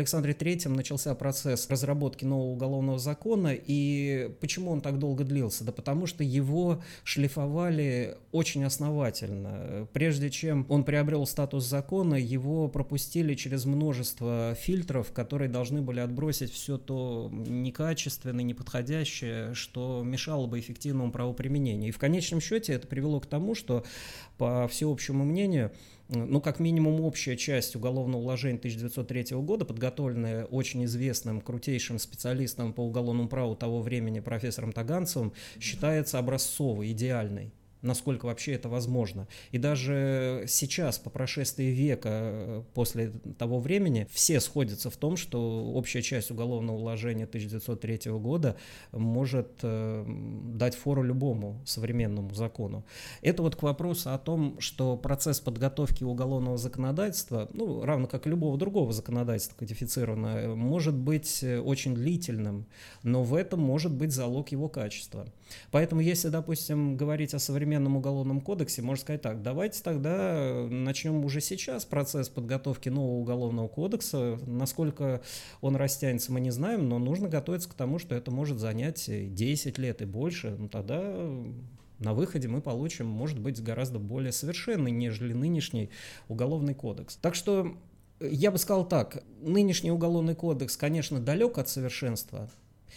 III начался процесс разработки нового уголовного закона, и почему он так долго длился? Да потому что его шлифовали очень основательно. Прежде чем он приобрел статус закона, его пропустили через множество фильтров, которые должны были отбросить все то некачественное, неподходящее, что мешало бы эффективному правоприменению. И в конечном счете это привело к тому, что, по всеобщему мнению, как минимум общая часть уголовного уложения 1903 года, подготовленная очень известным, крутейшим специалистом по уголовному праву того времени профессором Таганцевым, считается образцовой, идеальной. Насколько вообще это возможно. И даже сейчас, по прошествии века после того времени, все сходятся в том, что общая часть уголовного уложения 1903 года может дать фору любому современному закону. Это вот к вопросу о том, что процесс подготовки уголовного законодательства, равно как и любого другого законодательства кодифицированного, может быть очень длительным, но в этом может быть залог его качества. Поэтому, если, допустим, говорить о современном уголовном кодексе, можно сказать так: давайте тогда начнем уже сейчас процесс подготовки нового уголовного кодекса. Насколько он растянется, мы не знаем, но нужно готовиться к тому, что это может занять 10 лет и больше. Тогда на выходе мы получим, может быть, гораздо более совершенный, нежели нынешний уголовный кодекс. Так что я бы сказал так: нынешний уголовный кодекс, конечно, далек от совершенства,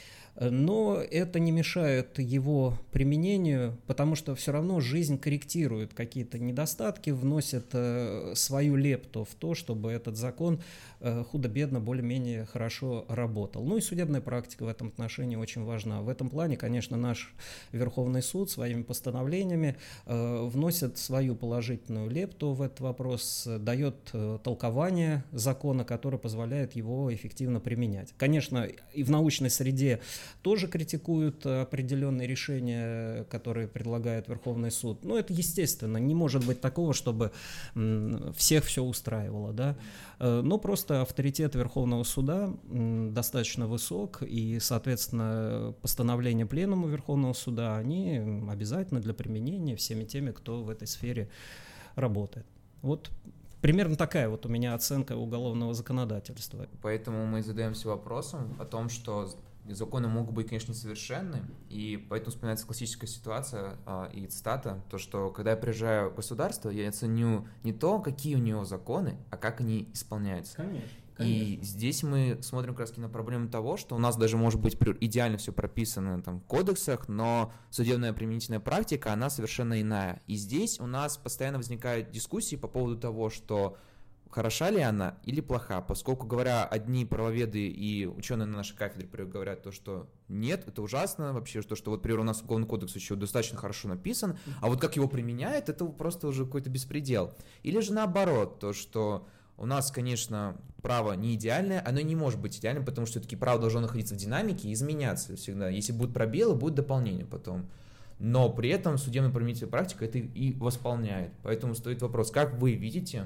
но это не мешает его применению, потому что все равно жизнь корректирует какие-то недостатки, вносит свою лепту в то, чтобы этот закон худо-бедно более-менее хорошо работал. И судебная практика в этом отношении очень важна. В этом плане, конечно, наш Верховный суд своими постановлениями вносит свою положительную лепту в этот вопрос, дает толкование закона, которое позволяет его эффективно применять. Конечно, и в научной среде тоже критикуют определенные решения, которые предлагает Верховный суд. Но это естественно, не может быть такого, чтобы всех все устраивало, да? Но просто авторитет Верховного суда достаточно высок, и, соответственно, постановления Пленума Верховного суда, они обязательны для применения всеми теми, кто в этой сфере работает. Вот примерно такая вот у меня оценка уголовного законодательства. Поэтому мы задаемся вопросом о том, что законы могут быть, конечно, несовершенны, и поэтому вспоминается классическая ситуация и цитата, то, что когда я приезжаю в государство, я ценю не то, какие у него законы, а как они исполняются. Конечно. И здесь мы смотрим как раз на проблему того, что у нас даже может быть идеально все прописано там, в кодексах, но судебная применительная практика, она совершенно иная. И здесь у нас постоянно возникают дискуссии по поводу того, что хороша ли она или плоха, поскольку, говоря, одни правоведы и ученые на нашей кафедре говорят то, что нет, это ужасно вообще, что вот, например, у нас Уголовный кодекс еще достаточно хорошо написан, а вот как его применяют, это просто уже какой-то беспредел. Или же наоборот, то, что у нас, конечно, право не идеальное, оно не может быть идеальным, потому что все-таки право должно находиться в динамике и изменяться всегда. Если будут пробелы, будет дополнение потом. Но при этом судебно-применительная практика это и восполняет. Поэтому стоит вопрос, как вы видите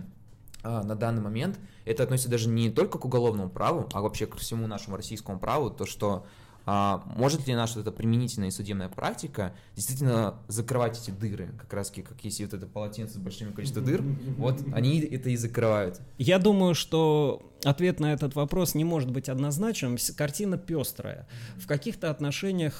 на данный момент, это относится даже не только к уголовному праву, а вообще ко всему нашему российскому праву, то, что может ли наша эта применительная и судебная практика действительно закрывать эти дыры, как раз как если вот это полотенце с большим количеством дыр, вот они это и закрывают. Я думаю, что ответ на этот вопрос не может быть однозначным, картина пестрая. В каких-то отношениях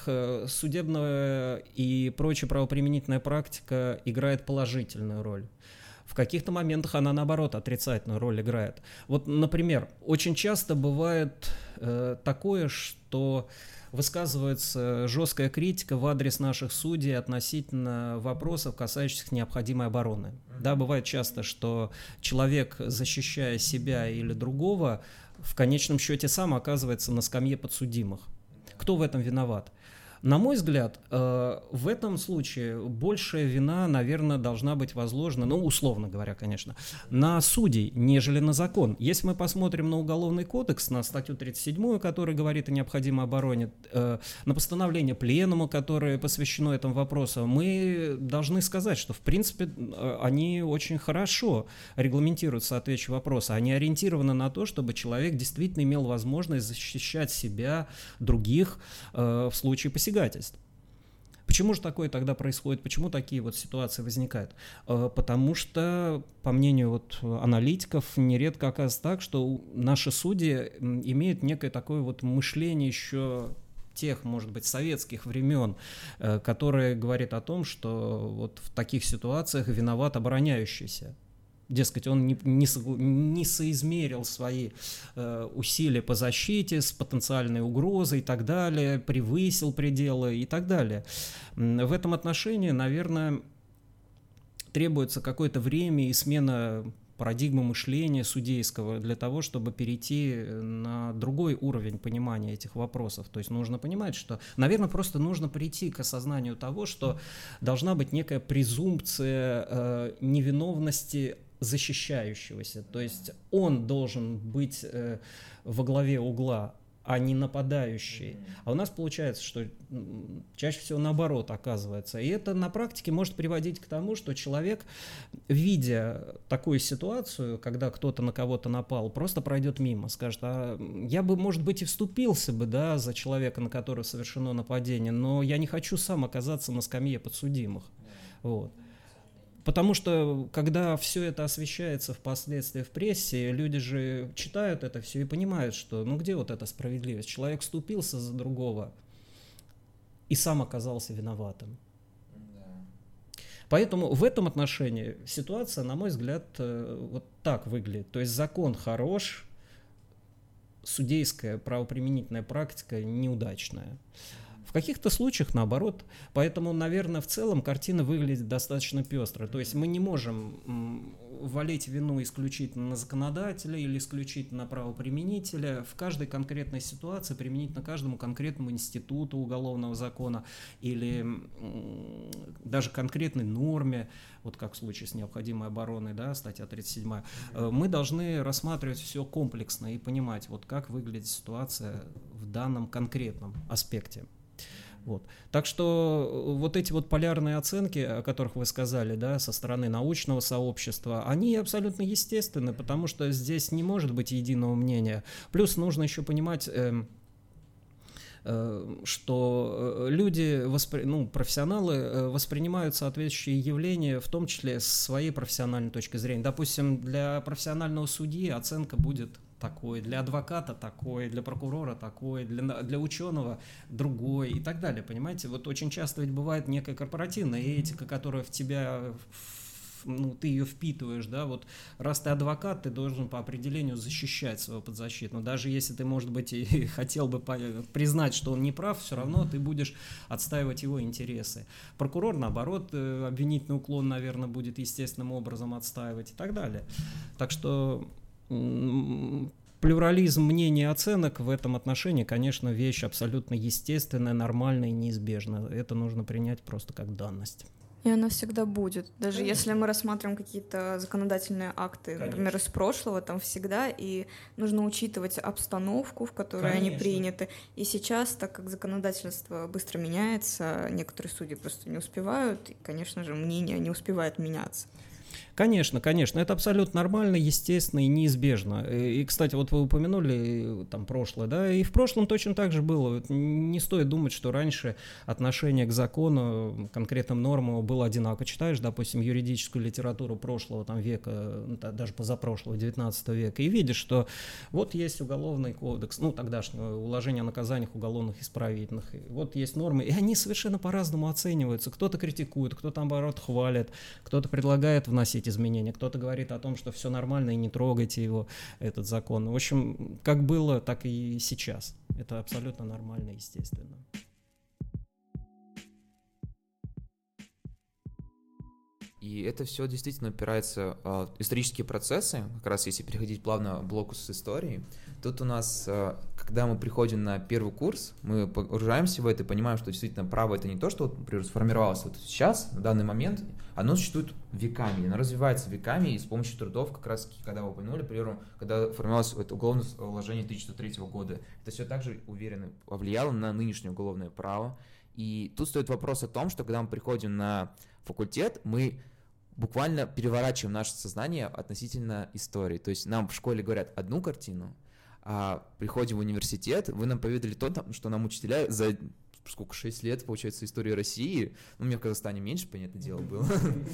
судебная и прочая правоприменительная практика играет положительную роль. В каких-то моментах она, наоборот, отрицательную роль играет. Вот, например, очень часто бывает такое, что высказывается жесткая критика в адрес наших судей относительно вопросов, касающихся необходимой обороны. Да, бывает часто, что человек, защищая себя или другого, в конечном счете сам оказывается на скамье подсудимых. Кто в этом виноват? На мой взгляд, в этом случае большая вина, наверное, должна быть возложена, ну, условно говоря, конечно, на судей, нежели на закон. Если мы посмотрим на Уголовный кодекс, на статью 37, которая говорит о необходимой обороне, на постановление Пленума, которое посвящено этому вопросу, мы должны сказать, что, в принципе, они очень хорошо регламентируют соответствующие вопросы. Они ориентированы на то, чтобы человек действительно имел возможность защищать себя, других в случае посягательств. Почему же такое тогда происходит? Почему такие вот ситуации возникают? Потому что, по мнению вот аналитиков, нередко оказывается так, что наши судьи имеют некое такое вот мышление еще тех, может быть, советских времен, которое говорит о том, что вот в таких ситуациях виноват обороняющийся. Дескать, он не соизмерил свои усилия по защите с потенциальной угрозой и так далее, превысил пределы и так далее. В этом отношении, наверное, требуется какое-то время и смена парадигмы мышления судейского для того, чтобы перейти на другой уровень понимания этих вопросов. То есть нужно понимать, что, наверное, просто нужно прийти к осознанию того, что должна быть некая презумпция невиновности защищающегося, то есть он должен быть во главе угла, а не нападающий. А у нас получается, что чаще всего наоборот оказывается. И это на практике может приводить к тому, что человек, видя такую ситуацию, когда кто-то на кого-то напал, просто пройдет мимо, скажет, а я бы, может быть, и вступился бы, да, за человека, на которого совершено нападение, но я не хочу сам оказаться на скамье подсудимых. Вот. Потому что, когда все это освещается впоследствии в прессе, люди же читают это все и понимают, что ну где вот эта справедливость? Человек вступился за другого и сам оказался виноватым. Да. Поэтому в этом отношении ситуация, на мой взгляд, вот так выглядит. То есть закон хорош, судейская правоприменительная практика неудачная. В каких-то случаях наоборот. Поэтому, наверное, в целом картина выглядит достаточно пестро. То есть мы не можем валить вину исключительно на законодателя или исключительно на правоприменителя. В каждой конкретной ситуации применительно каждому конкретному институту уголовного закона или даже конкретной норме, вот как в случае с необходимой обороной, да, статья 37, мы должны рассматривать все комплексно и понимать, вот как выглядит ситуация в данном конкретном аспекте. Вот. Так что вот эти вот полярные оценки, о которых вы сказали, да, со стороны научного сообщества, они абсолютно естественны, потому что здесь не может быть единого мнения. Плюс нужно еще понимать, что люди, профессионалы воспринимают соответствующие явления, в том числе с своей профессиональной точки зрения. Допустим, для профессионального судьи оценка будет такой, для адвоката такой, для прокурора такой, для ученого другой и так далее, понимаете? Вот очень часто ведь бывает некая корпоративная этика, которая в тебя, ты ее впитываешь, да, вот раз ты адвокат, ты должен по определению защищать своего подзащитного, даже если ты, может быть, и хотел бы признать, что он не прав, все равно ты будешь отстаивать его интересы. Прокурор, наоборот, обвинительный уклон, наверное, будет естественным образом отстаивать и так далее. Так что плюрализм мнений и оценок в этом отношении, конечно, вещь абсолютно естественная, нормальная и неизбежная. Это нужно принять просто как данность. И она всегда будет. Даже если мы рассматриваем какие-то законодательные акты, например, из прошлого, там всегда, и нужно учитывать обстановку, в которой они приняты. И сейчас, так как законодательство быстро меняется, некоторые судьи просто не успевают, и, конечно же, мнение не успевает меняться. Конечно, это абсолютно нормально, естественно и неизбежно. И, кстати, вот вы упомянули там прошлое, да, и в прошлом точно так же было. Не стоит думать, что раньше отношение к закону, конкретным нормам было одинаково. Читаешь, допустим, юридическую литературу прошлого там века, даже позапрошлого, 19 века, и видишь, что вот есть уголовный кодекс, тогдашнего уложения о наказаниях уголовных исправительных, вот есть нормы, и они совершенно по-разному оцениваются. Кто-то критикует, кто-то, наоборот, хвалит, кто-то предлагает вносить изменения, кто-то говорит о том, что все нормально и не трогайте его, этот закон. В общем, как было, так и сейчас. Это абсолютно нормально, естественно. И это все действительно опирается в исторические процессы, как раз если переходить плавно к блоку с историей. Тут у нас, когда мы приходим на первый курс, мы погружаемся в это и понимаем, что действительно право — это не то, что, например, сформировалось вот сейчас, в данный момент, оно существует веками, оно развивается веками, и с помощью трудов, как раз, когда вы упомянули, к примеру, когда формировалось это уголовное уложение 1903 года, это все также, уверенно, повлияло на нынешнее уголовное право. И тут стоит вопрос о том, что когда мы приходим на факультет, мы буквально переворачиваем наше сознание относительно истории. То есть нам в школе говорят одну картину, а приходим в университет, вы нам поведали то, что нам учителя за 6 лет, получается, истории России, у меня в Казахстане меньше, понятное дело, было,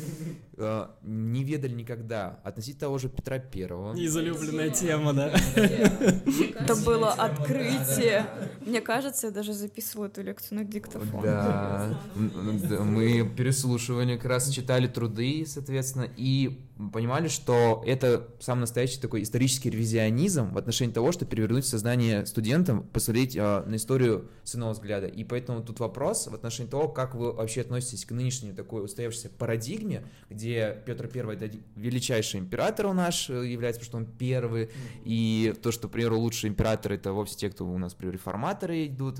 не ведали никогда. Относительно того же Петра Первого. Излюбленная тема, да? Это было открытие. Мне кажется, я даже записывала эту лекцию на диктофон. Да, мы переслушивали, как раз читали труды, соответственно, и понимали, что это самый настоящий такой исторический ревизионизм в отношении того, что перевернуть сознание студентам, посмотреть на историю с иного взгляда. И поэтому тут вопрос в отношении того, как вы вообще относитесь к нынешней такой устоявшейся парадигме, где Петр I — это величайший император у нас является, потому что он первый, и то, что, к примеру, лучшие императоры — это вовсе те, кто у нас, например, реформаторы идут,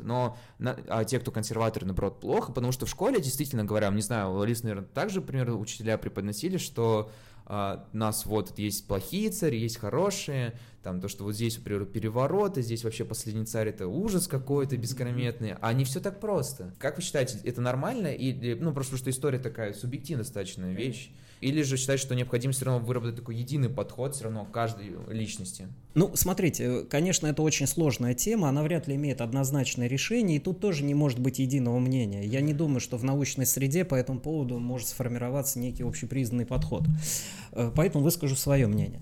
а те, кто консерваторы, наоборот, плохо, потому что в школе, действительно говоря, не знаю, Лариса, наверное, также, например, учителя преподносили, что у нас вот есть плохие цари, есть хорошие, там то, что вот здесь, например, перевороты, здесь вообще последний царь — это ужас какой-то бесконечный, а не все так просто. Как вы считаете, это нормально или, просто потому что история такая субъективно достаточная вещь? Или же считаете, что необходимо все равно выработать такой единый подход все равно к каждой личности? Смотрите, конечно, это очень сложная тема, она вряд ли имеет однозначное решение, и тут тоже не может быть единого мнения. Я не думаю, что в научной среде по этому поводу может сформироваться некий общепризнанный подход. Поэтому выскажу свое мнение.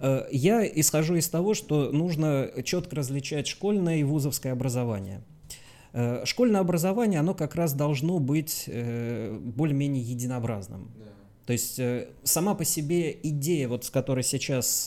Я исхожу из того, что нужно четко различать школьное и вузовское образование. Школьное образование, оно как раз должно быть более-менее единообразным. То есть сама по себе идея, вот с которой сейчас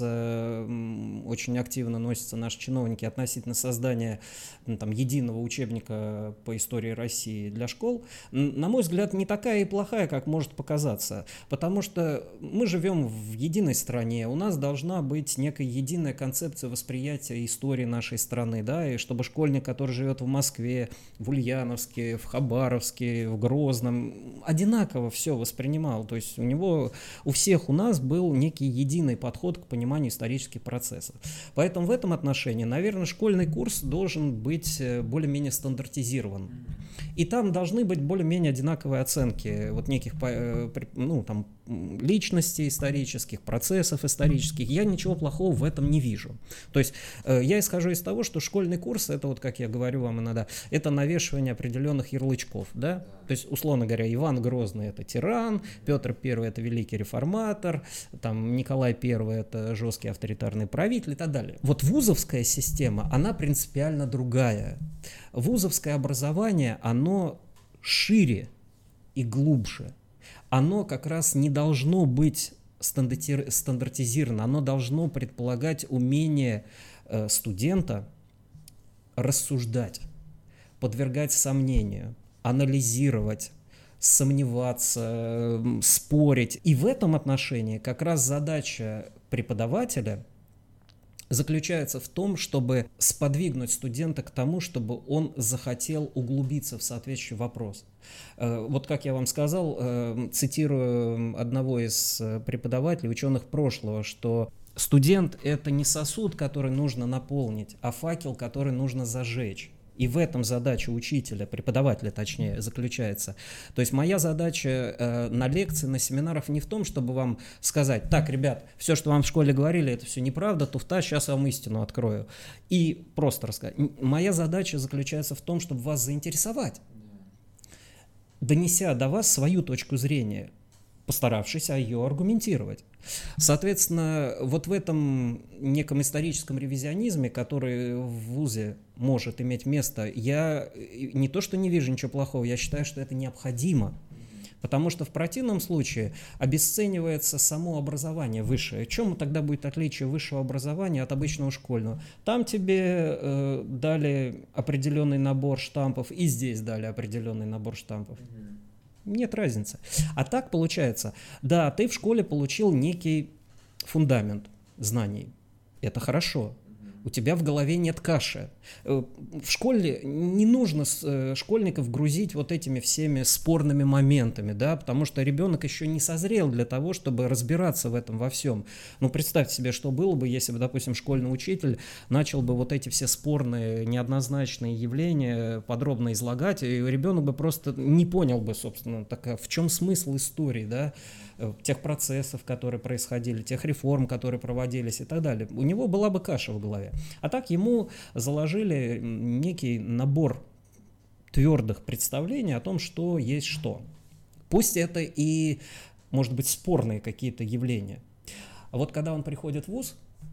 очень активно носятся наши чиновники относительно создания единого учебника по истории России для школ, на мой взгляд, не такая и плохая, как может показаться. Потому что мы живем в единой стране, у нас должна быть некая единая концепция восприятия истории нашей страны, да, и чтобы школьник, который живет в Москве, в Ульяновске, в Хабаровске, в Грозном, одинаково все воспринимал. То есть у всех у нас был некий единый подход к пониманию исторических процессов. Поэтому в этом отношении, наверное, школьный курс должен быть более-менее стандартизирован. И там должны быть более-менее одинаковые оценки вот неких, ну, там, личностей исторических, процессов исторических. Я ничего плохого в этом не вижу. То есть я исхожу из того, что школьный курс, это вот, как я говорю вам иногда, это навешивание определенных ярлычков, да? То есть, условно говоря, Иван Грозный — это тиран, Петр I — это великий реформатор, там, Николай I — это жесткий авторитарный правитель и так далее. Вот вузовская система, она принципиально другая. Вузовское образование, оно шире и глубже. Оно как раз не должно быть стандартизировано, оно должно предполагать умение студента рассуждать, подвергать сомнению, анализировать, сомневаться, спорить. И в этом отношении как раз задача преподавателя заключается в том, чтобы сподвигнуть студента к тому, чтобы он захотел углубиться в соответствующий вопрос. Вот как я вам сказал, цитирую одного из преподавателей, ученых прошлого, что студент — это не сосуд, который нужно наполнить, а факел, который нужно зажечь. И в этом задача учителя, преподавателя точнее, заключается. То есть моя задача на лекции, на семинарах не в том, чтобы вам сказать: так, ребят, все, что вам в школе говорили, это все неправда, туфта, сейчас я вам истину открою. И просто рассказать. Моя задача заключается в том, чтобы вас заинтересовать, донеся до вас свою точку зрения, постаравшись ее аргументировать. Соответственно, вот в этом неком историческом ревизионизме, который в вузе может иметь место, я не то что не вижу ничего плохого, я считаю, что это необходимо. Потому что в противном случае обесценивается само образование высшее. В чем тогда будет отличие высшего образования от обычного школьного? Там тебе дали определенный набор штампов, и здесь дали определенный набор штампов. Нет разницы. А так получается, да, ты в школе получил некий фундамент знаний. Это хорошо. У тебя в голове нет каши. В школе не нужно школьников грузить вот этими всеми спорными моментами, да, потому что ребенок еще не созрел для того, чтобы разбираться в этом во всем. Ну, представьте себе, что было бы, если бы, допустим, школьный учитель начал бы вот эти все спорные, неоднозначные явления подробно излагать, и ребенок бы просто не понял бы, собственно, так, в чем смысл истории, да, тех процессов, которые происходили, тех реформ, которые проводились и так далее. У него была бы каша в голове. А так ему заложили некий набор твердых представлений о том, что есть что. Пусть это и, может быть, спорные какие-то явления. А вот когда он приходит в вуз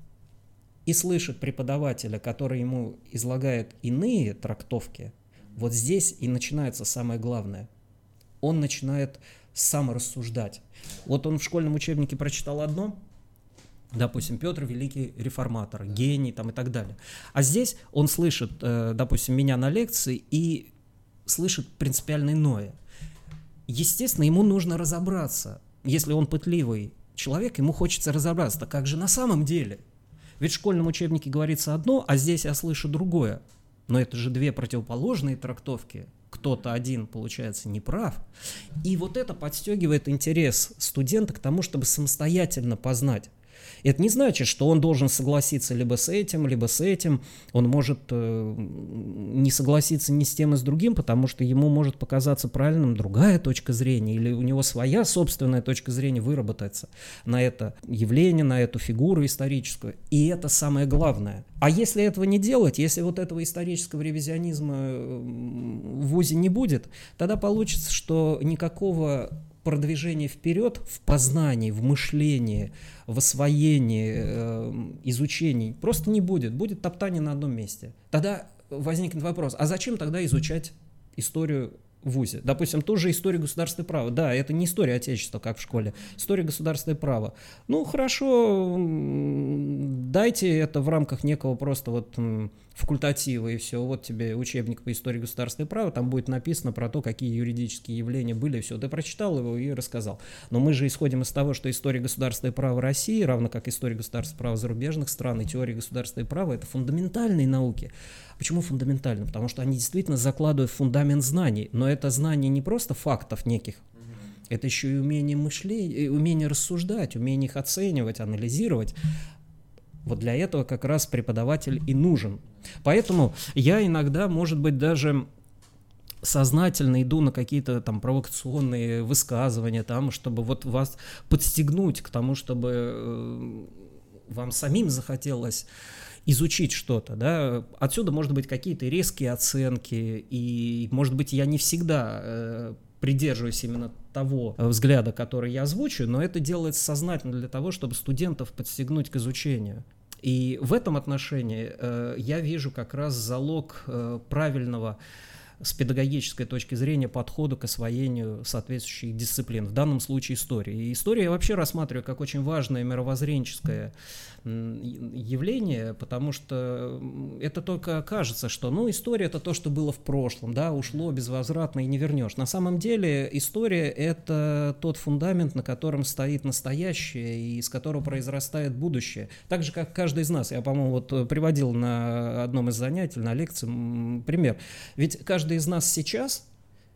и слышит преподавателя, который ему излагает иные трактовки, вот здесь и начинается самое главное. Он начинает сам рассуждать. Вот он в школьном учебнике прочитал одно, допустим, Петр Великий реформатор, гений там, и так далее. А здесь он слышит, допустим, меня на лекции и слышит принципиально иное. Естественно, ему нужно разобраться. Если он пытливый человек, ему хочется разобраться. Так как же на самом деле? Ведь в школьном учебнике говорится одно, а здесь я слышу другое. Но это же две противоположные трактовки. Кто-то один, получается, не прав. И вот это подстегивает интерес студента к тому, чтобы самостоятельно познать. Это не значит, что он должен согласиться либо с этим, либо с этим. Он может не согласиться ни с тем, ни с другим, потому что ему может показаться правильным другая точка зрения, или у него своя собственная точка зрения выработается на это явление, на эту фигуру историческую. И это самое главное. А если этого не делать, если вот этого исторического ревизионизма в вузе не будет, тогда получится, что никакого продвижение вперед в познании, в мышлении, в освоении, изучении просто не будет. Будет топтание на одном месте. Тогда возникнет вопрос, а зачем тогда изучать историю в вузе? Допустим, ту же историю государства и права. Да, это не история Отечества, как в школе. История государства и права. Ну, хорошо, дайте это в рамках некого просто вот факультатива, и все. Вот тебе учебник по истории государства и права, там будет написано про то, какие юридические явления были, и все. Ты прочитал его и рассказал. Но мы же исходим из того, что история государства и права России, равно как история государства и права зарубежных стран и теория государства и права, это фундаментальные науки. Почему фундаментально? Потому что они действительно закладывают фундамент знаний, но это знание не просто фактов неких, это еще и умение мышления, умение рассуждать, умение их оценивать, анализировать. Вот для этого как раз преподаватель и нужен. Поэтому я иногда, может быть, даже сознательно иду на какие-то там провокационные высказывания, там, чтобы вот вас подстегнуть к тому, чтобы вам самим захотелось изучить что-то, да, отсюда, может быть, какие-то резкие оценки, и, может быть, я не всегда придерживаюсь именно того взгляда, который я озвучиваю, но это делается сознательно для того, чтобы студентов подстегнуть к изучению. И в этом отношении я вижу как раз залог правильного с педагогической точки зрения подхода к освоению соответствующих дисциплин, в данном случае истории. И историю я вообще рассматриваю как очень важное мировоззренческое явление, потому что это только кажется, что история — это то, что было в прошлом, да, ушло безвозвратно и не вернешь. На самом деле история — это тот фундамент, на котором стоит настоящее и из которого произрастает будущее. Так же, как каждый из нас. Я, по-моему, вот приводил на одном из занятий, на лекции пример. Ведь каждый из нас сейчас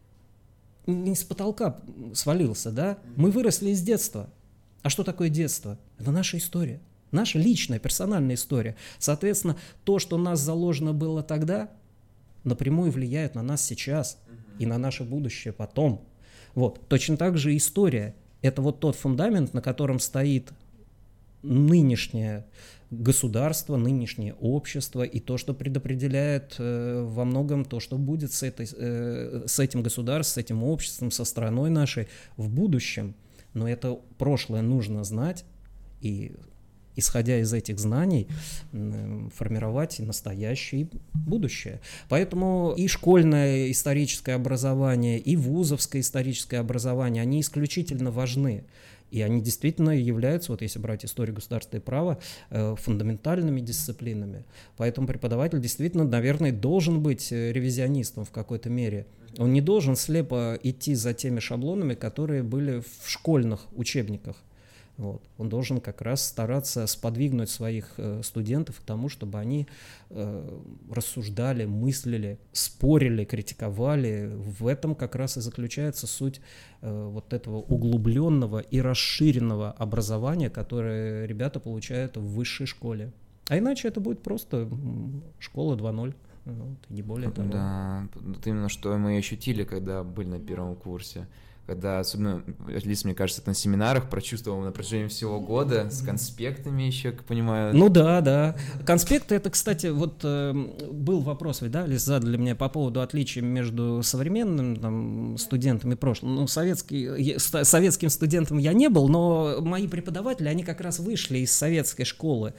не с потолка свалился, да? Мы выросли из детства. А что такое детство? Это наша история. Наша личная, персональная история. Соответственно, то, что у нас заложено было тогда, напрямую влияет на нас сейчас и на наше будущее потом. Вот. Точно так же история. Это вот тот фундамент, на котором стоит нынешнее государство, нынешнее общество и то, что предопределяет во многом то, что будет с этим государством, с этим обществом, со страной нашей в будущем. Но это прошлое нужно знать и, исходя из этих знаний, формировать и настоящее, и будущее. Поэтому и школьное историческое образование, и вузовское историческое образование, они исключительно важны. И они действительно являются, вот если брать историю государства и права, фундаментальными дисциплинами. Поэтому преподаватель действительно, наверное, должен быть ревизионистом в какой-то мере. Он не должен слепо идти за теми шаблонами, которые были в школьных учебниках. Вот. Он должен как раз стараться сподвигнуть своих студентов к тому, чтобы они рассуждали, мыслили, спорили, критиковали. В этом как раз и заключается суть вот этого углубленного и расширенного образования, которое ребята получают в высшей школе. А иначе это будет просто школа 2.0. Не более того. Да, вот именно что мы ощутили, когда были на первом курсе. Когда, особенно, Лиз, мне кажется, это на семинарах прочувствовал на протяжении всего года, с конспектами еще, как понимаю. Ну да. Конспекты — это, кстати, вот был вопрос, да, Лиз, задали мне по поводу отличия между современным студентом и прошлым. Советским студентом я не был, но мои преподаватели, они как раз вышли из советской школы.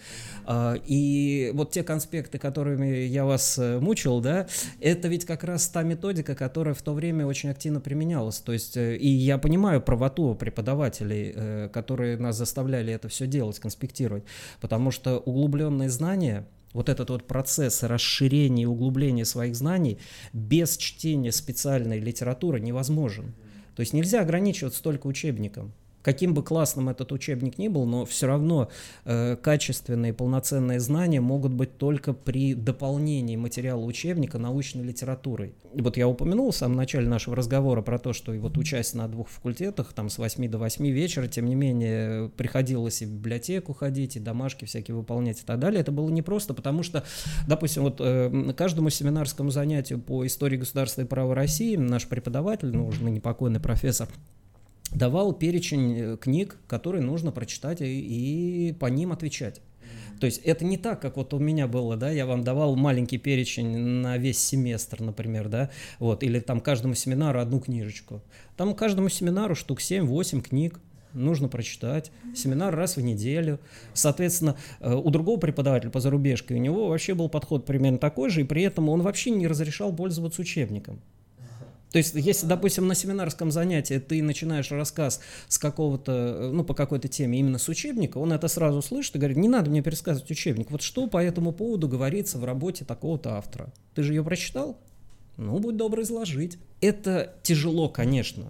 И вот те конспекты, которыми я вас мучил, да, это ведь как раз та методика, которая в то время очень активно применялась. То есть и я понимаю правоту преподавателей, которые нас заставляли это все делать, конспектировать, потому что углубленные знания, вот этот вот процесс расширения и углубления своих знаний без чтения специальной литературы невозможен. То есть нельзя ограничиваться только учебником. Каким бы классным этот учебник ни был, но все равно качественные полноценные знания могут быть только при дополнении материала учебника научной литературой. Вот я упомянул в самом начале нашего разговора про то, что вот учась на 2 факультетах, там с 8 до 8 вечера, тем не менее приходилось и в библиотеку ходить, и домашки всякие выполнять и так далее. Это было непросто, потому что, допустим, вот каждому семинарскому занятию по истории государства и права России наш преподаватель, уже ныне покойный профессор, давал перечень книг, которые нужно прочитать и по ним отвечать. То есть это не так, как вот у меня было, да, я вам давал маленький перечень на весь семестр, например, да, вот, или там каждому семинару одну книжечку. Там каждому семинару штук 7-8 книг нужно прочитать, семинар раз в неделю. Соответственно, у другого преподавателя по зарубежке, у него вообще был подход примерно такой же, и при этом он вообще не разрешал пользоваться учебником. То есть, если, допустим, на семинарском занятии ты начинаешь рассказ с какого-то, по какой-то теме именно с учебника, он это сразу слышит и говорит: не надо мне пересказывать учебник, вот что по этому поводу говорится в работе такого-то автора. Ты же ее прочитал? Будь добр изложить. Это тяжело, конечно.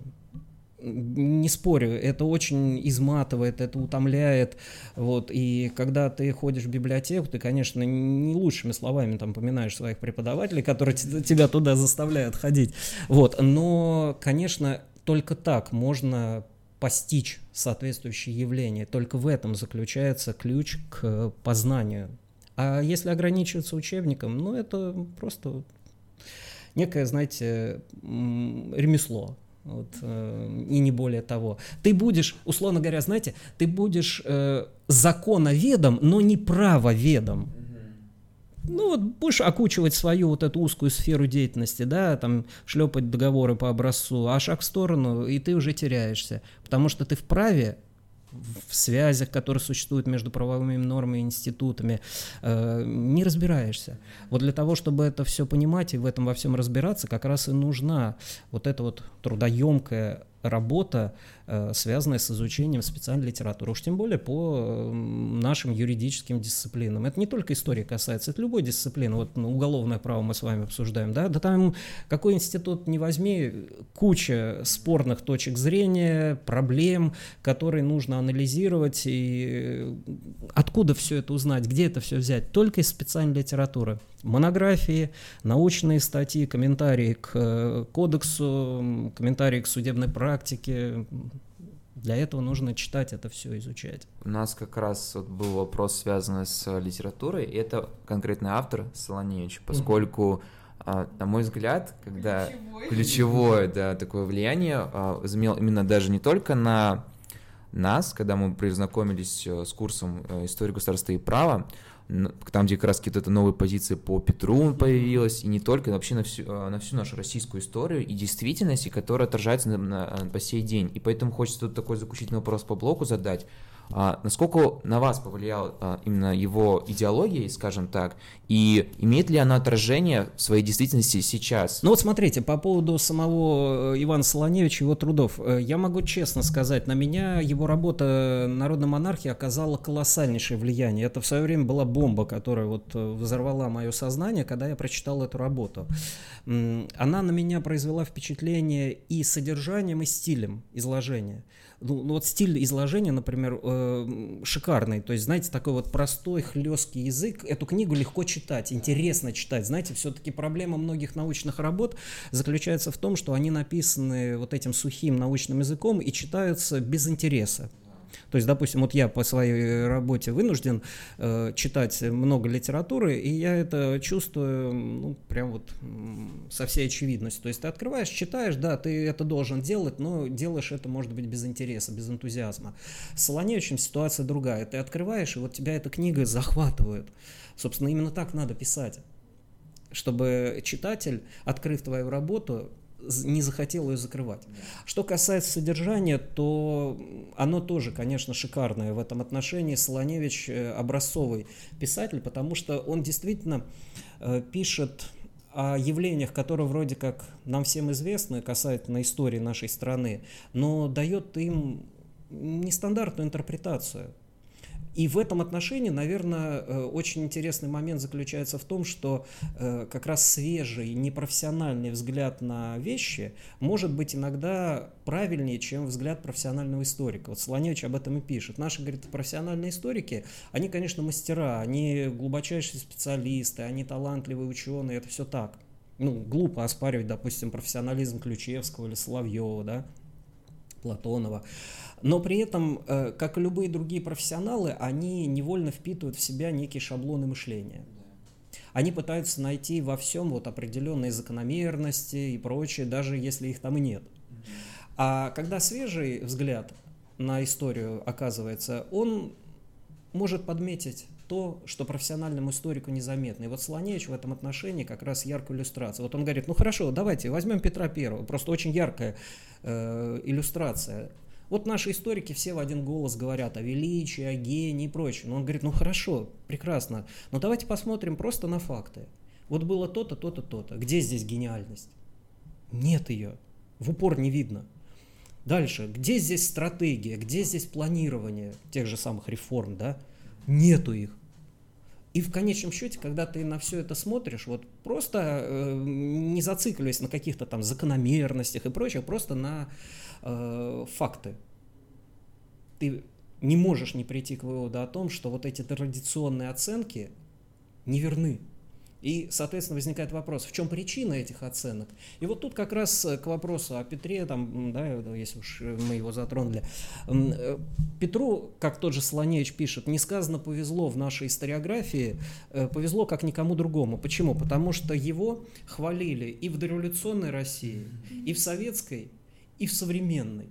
Не спорю, это очень изматывает, это утомляет, вот, и когда ты ходишь в библиотеку, ты, конечно, не лучшими словами там поминаешь своих преподавателей, которые тебя туда заставляют ходить, вот, но, конечно, только так можно постичь соответствующие явления, только в этом заключается ключ к познанию. А если ограничиваться учебником, это просто некое, знаете, ремесло. Вот, и не более того. Ты будешь, условно говоря, знаете, ты будешь законоведом, но не правоведом. Ну вот будешь окучивать свою вот эту узкую сферу деятельности, да, там шлепать договоры по образцу, а шаг в сторону, и ты уже теряешься, потому что ты в праве, в связях, которые существуют между правовыми нормами и институтами, не разбираешься. Вот для того, чтобы это все понимать и в этом во всем разбираться, как раз и нужна вот эта вот трудоемкая работа, связанная с изучением специальной литературы, уж тем более по нашим юридическим дисциплинам. Это не только история касается, это любой дисциплины. Вот уголовное право мы с вами обсуждаем, да там какой институт не возьми, куча спорных точек зрения, проблем, которые нужно анализировать, и откуда все это узнать, где это все взять? Только из специальной литературы. Монографии, научные статьи, комментарии к кодексу, комментарии к судебной практике. Для этого нужно читать это все, изучать. У нас как раз вот был вопрос, связанный с литературой, и это конкретный автор Солоневич, поскольку, на мой взгляд, когда ключевое да, такое влияние имел именно даже не только на нас, когда мы познакомились с курсом «История государства и права», там, где как раз какие-то новые позиции по Петру появилась, и не только, вообще на всю нашу российскую историю и действительность, которая отражается по сей день. И поэтому хочется тут такой заключительный вопрос по блоку задать. Насколько на вас повлияла именно его идеология, скажем так, и имеет ли она отражение в своей действительности сейчас? Ну вот смотрите, по поводу самого Ивана Солоневича, его трудов, я могу честно сказать, на меня его работа «Народная монархия» оказала колоссальнейшее влияние. Это в свое время была бомба, которая вот взорвала мое сознание, когда я прочитал эту работу. Она на меня произвела впечатление и содержанием, и стилем изложения. Ну вот стиль изложения, например, шикарный, то есть, знаете, такой вот простой, хлесткий язык, эту книгу легко читать, интересно читать, знаете, все-таки проблема многих научных работ заключается в том, что они написаны вот этим сухим научным языком и читаются без интереса. То есть, допустим, вот я по своей работе вынужден читать много литературы, и я это чувствую, прям вот со всей очевидностью. То есть ты открываешь, читаешь, да, ты это должен делать, но делаешь это, может быть, без интереса, без энтузиазма. С Солоневичем ситуация другая. Ты открываешь, и вот тебя эта книга захватывает. Собственно, именно так надо писать, чтобы читатель, открыв твою работу, не захотел ее закрывать. Что касается содержания, то оно тоже, конечно, шикарное в этом отношении. Солоневич образцовый писатель, потому что он действительно пишет о явлениях, которые вроде как нам всем известны, касательно истории нашей страны, но дает им нестандартную интерпретацию. И в этом отношении, наверное, очень интересный момент заключается в том, что как раз свежий, непрофессиональный взгляд на вещи может быть иногда правильнее, чем взгляд профессионального историка. Вот Солоневич об этом и пишет. Наши, говорит, профессиональные историки, они, конечно, мастера, они глубочайшие специалисты, они талантливые ученые, это все так. Глупо оспаривать, допустим, профессионализм Ключевского или Соловьева, да, Платонова. Но при этом, как и любые другие профессионалы, они невольно впитывают в себя некие шаблоны мышления. Они пытаются найти во всем вот определенные закономерности и прочее, даже если их там и нет. А когда свежий взгляд на историю оказывается, он может подметить то, что профессиональному историку незаметно. И вот Солоневич в этом отношении как раз яркая иллюстрация. Вот он говорит, хорошо, давайте возьмем Петра Первого, просто очень яркая иллюстрация. Вот наши историки все в один голос говорят о величии, о гении и прочем. Но он говорит, хорошо, прекрасно, но давайте посмотрим просто на факты. Вот было то-то, то-то, то-то. Где здесь гениальность? Нет ее. В упор не видно. Дальше. Где здесь стратегия? Где здесь планирование тех же самых реформ? Да? Нету их. И в конечном счете, когда ты на все это смотришь, вот просто не зацикливаясь на каких-то там закономерностях и прочее, просто на факты, ты не можешь не прийти к выводу о том, что вот эти традиционные оценки неверны. И, соответственно, возникает вопрос, в чем причина этих оценок? И вот тут как раз к вопросу о Петре, там, да, если уж мы его затронули. Петру, как тот же Солоневич пишет, несказанно повезло в нашей историографии, повезло как никому другому. Почему? Потому что его хвалили и в дореволюционной России, и в советской, и в современной.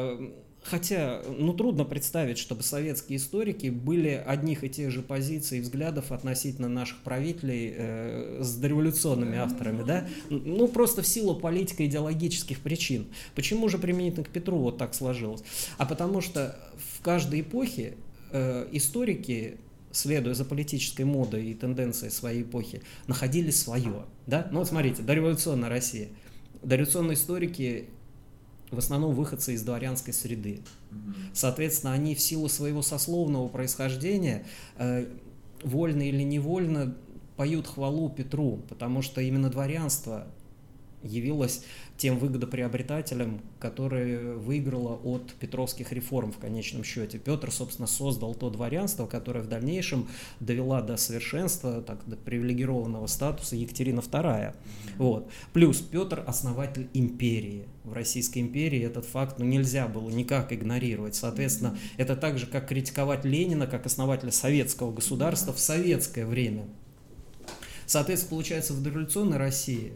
Хотя, трудно представить, чтобы советские историки были одних и тех же позиций и взглядов относительно наших правителей с дореволюционными авторами, да? Просто в силу политико-идеологических причин. Почему же применительно к Петру вот так сложилось? А потому что в каждой эпохе историки, следуя за политической модой и тенденцией своей эпохи, находили свое, да? Вот смотрите, дореволюционная Россия. Дореволюционные историки в основном выходцы из дворянской среды. Соответственно, они в силу своего сословного происхождения, вольно или невольно, поют хвалу Петру, потому что именно дворянство явилось тем выгодоприобретателем, который выиграло от петровских реформ в конечном счете. Петр, собственно, создал то дворянство, которое в дальнейшем довела до совершенства, до привилегированного статуса Екатерина II. Вот. Плюс Петр основатель империи. В Российской империи этот факт нельзя было никак игнорировать. Соответственно, это так же, как критиковать Ленина как основателя советского государства в советское время. Соответственно, получается, в дореволюционной России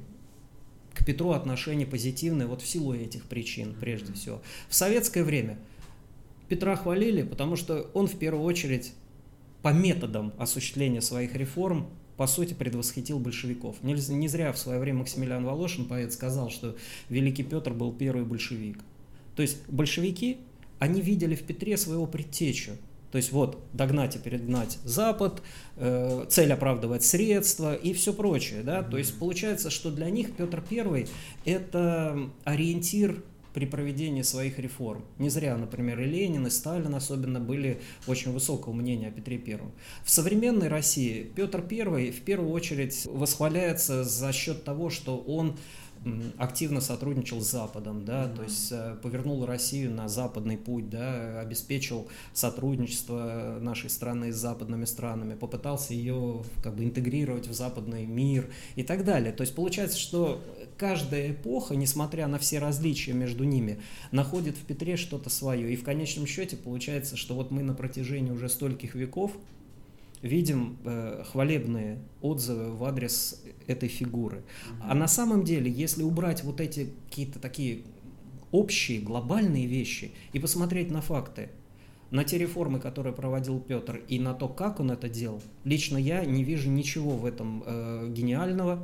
к Петру отношение позитивное вот в силу этих причин, прежде всего. В советское время Петра хвалили, потому что он в первую очередь по методам осуществления своих реформ, по сути, предвосхитил большевиков. Не зря в свое время Максимилиан Волошин, поэт, сказал, что великий Петр был первый большевик. То есть большевики, они видели в Петре своего предтечу. То есть вот догнать и перегнать Запад, цель оправдывает средства и все прочее. Да? То есть получается, что для них Петр I – это ориентир при проведении своих реформ. Не зря, например, и Ленин, и Сталин особенно были очень высокого мнения о Петре I. В современной России Петр I в первую очередь восхваляется за счет того, что он активно сотрудничал с Западом, да, то есть повернул Россию на западный путь, да, обеспечил сотрудничество нашей страны с западными странами, попытался ее интегрировать в западный мир и так далее. То есть получается, что каждая эпоха, несмотря на все различия между ними, находит в Петре что-то свое. И в конечном счете получается, что вот мы на протяжении уже стольких веков видим хвалебные отзывы в адрес этой фигуры. А на самом деле, если убрать вот эти какие-то такие общие, глобальные вещи и посмотреть на факты, на те реформы, которые проводил Петр, и на то, как он это делал, лично я не вижу ничего в этом гениального,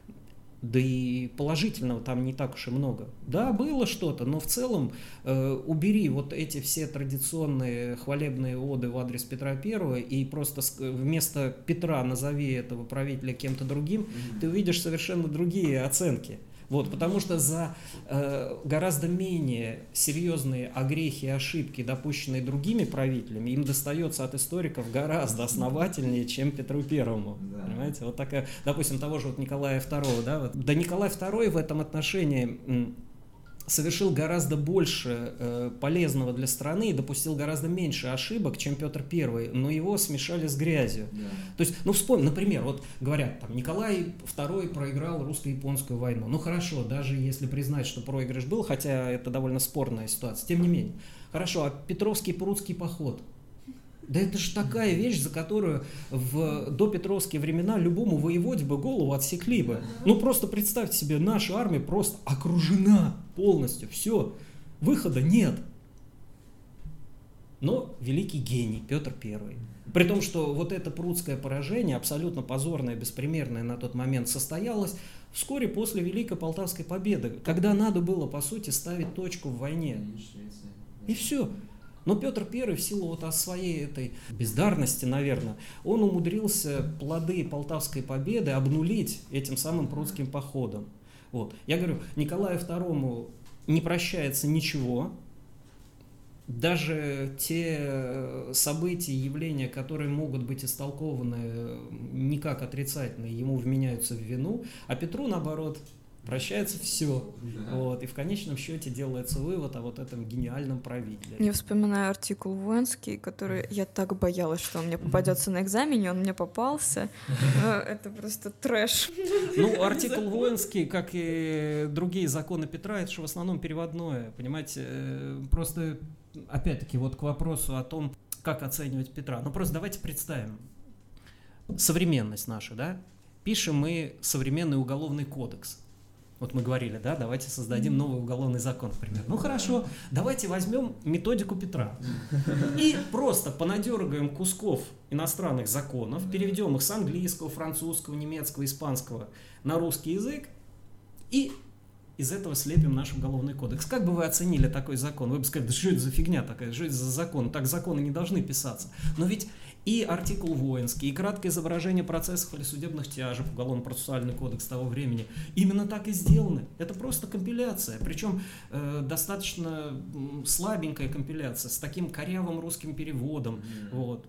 да и положительного там не так уж и много. Да, было что-то, но в целом убери вот эти все традиционные хвалебные оды в адрес Петра I и просто вместо Петра назови этого правителя кем-то другим, ты увидишь совершенно другие оценки. Вот, потому что за гораздо менее серьезные огрехи и ошибки, допущенные другими правителями, им достается от историков гораздо основательнее, чем Петру Первому. Да. Понимаете? Вот такая, допустим, того же Николая II. Да, Николай II в этом отношении совершил гораздо больше полезного для страны и допустил гораздо меньше ошибок, чем Петр I, но его смешали с грязью. Да. То есть, вспомни, например, вот говорят, Николай II проиграл русско-японскую войну. Хорошо, даже если признать, что проигрыш был, хотя это довольно спорная ситуация, тем не менее. Хорошо, а Петровский прудский поход? Да это же такая вещь, за которую в допетровские времена любому воеводе бы голову отсекли бы. Просто представьте себе, наша армия просто окружена полностью, все, выхода нет. Но великий гений Петр I. При том, что вот это прудское поражение, абсолютно позорное, беспримерное на тот момент, состоялось вскоре после Великой Полтавской победы, когда надо было, по сути, ставить точку в войне. И все. Но Петр I в силу своей этой бездарности, наверное, он умудрился плоды Полтавской победы обнулить этим самым прудским походом. Вот. Я говорю, Николаю II не прощается ничего, даже те события, явления, которые могут быть истолкованы не как отрицательные, ему вменяются в вину, а Петру, наоборот, Вращается все. Да. Вот, и в конечном счете делается вывод о вот этом гениальном правителе. Я вспоминаю артикул Воинский, который я так боялась, что он мне попадется на экзамене, он мне попался. Это просто трэш. Ну, артикул Воинский, как и другие законы Петра, это же в основном переводное, понимаете? Просто, опять-таки, вот к вопросу о том, как оценивать Петра. Ну, просто давайте представим современность нашу, да? Пишем мы современный уголовный кодекс. Вот мы говорили, да, давайте создадим новый уголовный закон, например. Ну хорошо, давайте возьмем методику Петра и просто понадергаем кусков иностранных законов, переведем их с английского, французского, немецкого, испанского на русский язык и из этого слепим наш уголовный кодекс. Как бы вы оценили такой закон? Вы бы сказали, да что это за фигня такая, что это за закон? Так законы не должны писаться. Но ведь и артикул Воинский, и краткое изображение процессов или судебных тяжеб, уголовно-процессуальный кодекс того времени, именно так и сделаны. Это просто компиляция, причем достаточно слабенькая компиляция, с таким корявым русским переводом. Вот.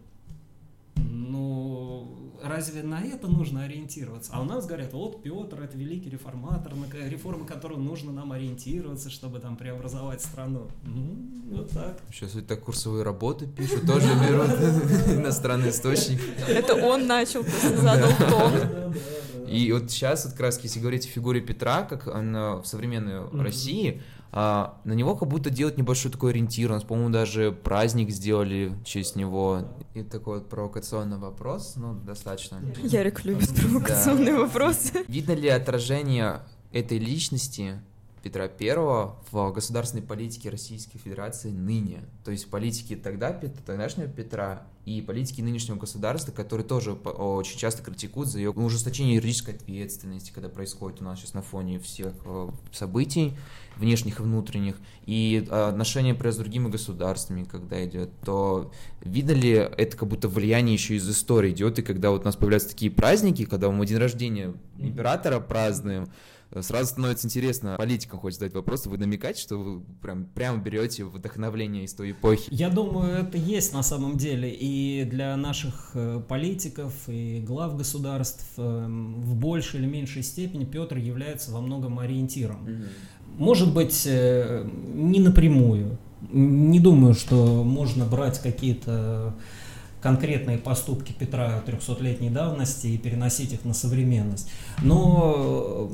Ну, разве на это нужно ориентироваться? А у нас говорят, вот Петр — это великий реформатор, на реформы которого нужно нам ориентироваться, чтобы там преобразовать страну. Ну, вот так. Сейчас вот так курсовые работы пишут, тоже берут иностранный источник. Это он начал, просто задал тон. И вот сейчас, вот как раз, если говорить о фигуре Петра, как она в современной России, на него как будто делать небольшой такой ориентир. У нас, по-моему, даже праздник сделали в честь него. И такой вот провокационный вопрос, ну, достаточно. Ярик любит провокационные вопросы. Видно ли отражение этой личности Петра I в государственной политике Российской Федерации ныне? То есть политики тогдашнего Петра и политики нынешнего государства, которые тоже очень часто критикуют за ее ужесточение юридической ответственности, когда происходит у нас сейчас на фоне всех событий, внешних и внутренних, и отношения, например, с другими государствами, когда идет, то видно ли это как будто влияние еще из истории идет, и когда вот у нас появляются такие праздники, когда мы день рождения императора празднуем, сразу становится интересно, политикам хочется задать вопрос, вы намекаете, что вы прямо берете вдохновление из той эпохи? Я думаю, это есть на самом деле и для наших политиков, и глав государств в большей или меньшей степени Петр является во многом ориентиром. Может быть, не напрямую. Не думаю, что можно брать какие-то конкретные поступки Петра 300-летней давности и переносить их на современность. Но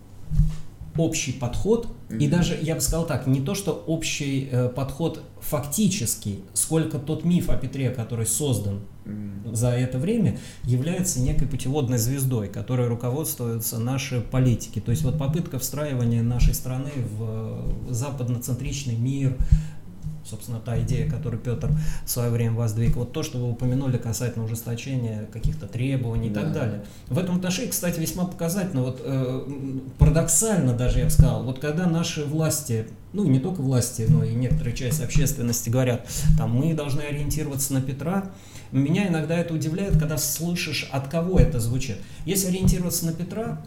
общий подход, и даже, я бы сказал так, не то, что общий подход фактический, сколько тот миф о Петре, который создан за это время, является некой путеводной звездой, которой руководствуются наши политики. То есть вот попытка встраивания нашей страны в западноцентричный мир, собственно, та идея, которую Петр в свое время воздвиг, вот то, что вы упомянули касательно ужесточения каких-то требований и так далее. В этом отношении, кстати, весьма показательно, вот парадоксально даже, я бы сказал, вот когда наши власти, ну не только власти, но и некоторая часть общественности говорят, там, мы должны ориентироваться на Петра, меня иногда это удивляет, когда слышишь, от кого это звучит. Если ориентироваться на Петра,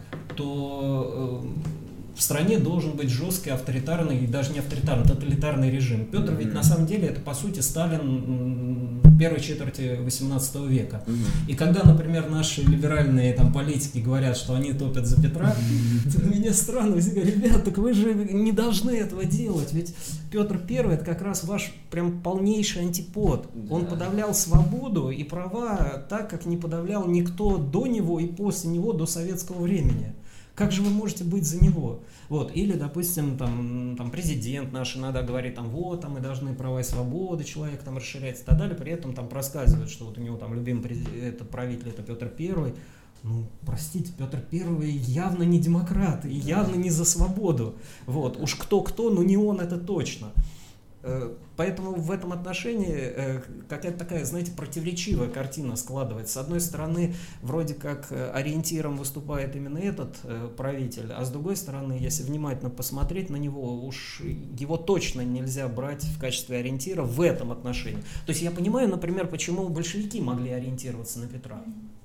то в стране должен быть жесткий, авторитарный, и даже не авторитарный, тоталитарный режим. Петр ведь на самом деле это, по сути, Сталин первой четверти 18 века. И когда, например, наши либеральные там политики говорят, что они топят за Петра, то меня странно, ребят, так вы же не должны этого делать, ведь Петр I это как раз ваш прям полнейший антипод. Он подавлял свободу и права так, как не подавлял никто до него и после него до советского времени. Как же вы можете быть за него? Вот. Или, допустим, там президент наш иногда говорит, там, вот, там, мы должны права и свободы человека там расширять и так далее, при этом там проскальзывает, что вот у него там любимый правитель это Петр I. Ну, простите, Петр I явно не демократ и явно не за свободу. Вот. Уж кто-кто, но не он это точно. Поэтому в этом отношении какая-то такая, знаете, противоречивая картина складывается. С одной стороны, вроде как ориентиром выступает именно этот правитель, а с другой стороны, если внимательно посмотреть на него, уж его точно нельзя брать в качестве ориентира в этом отношении. То есть я понимаю, например, почему большевики могли ориентироваться на Петра.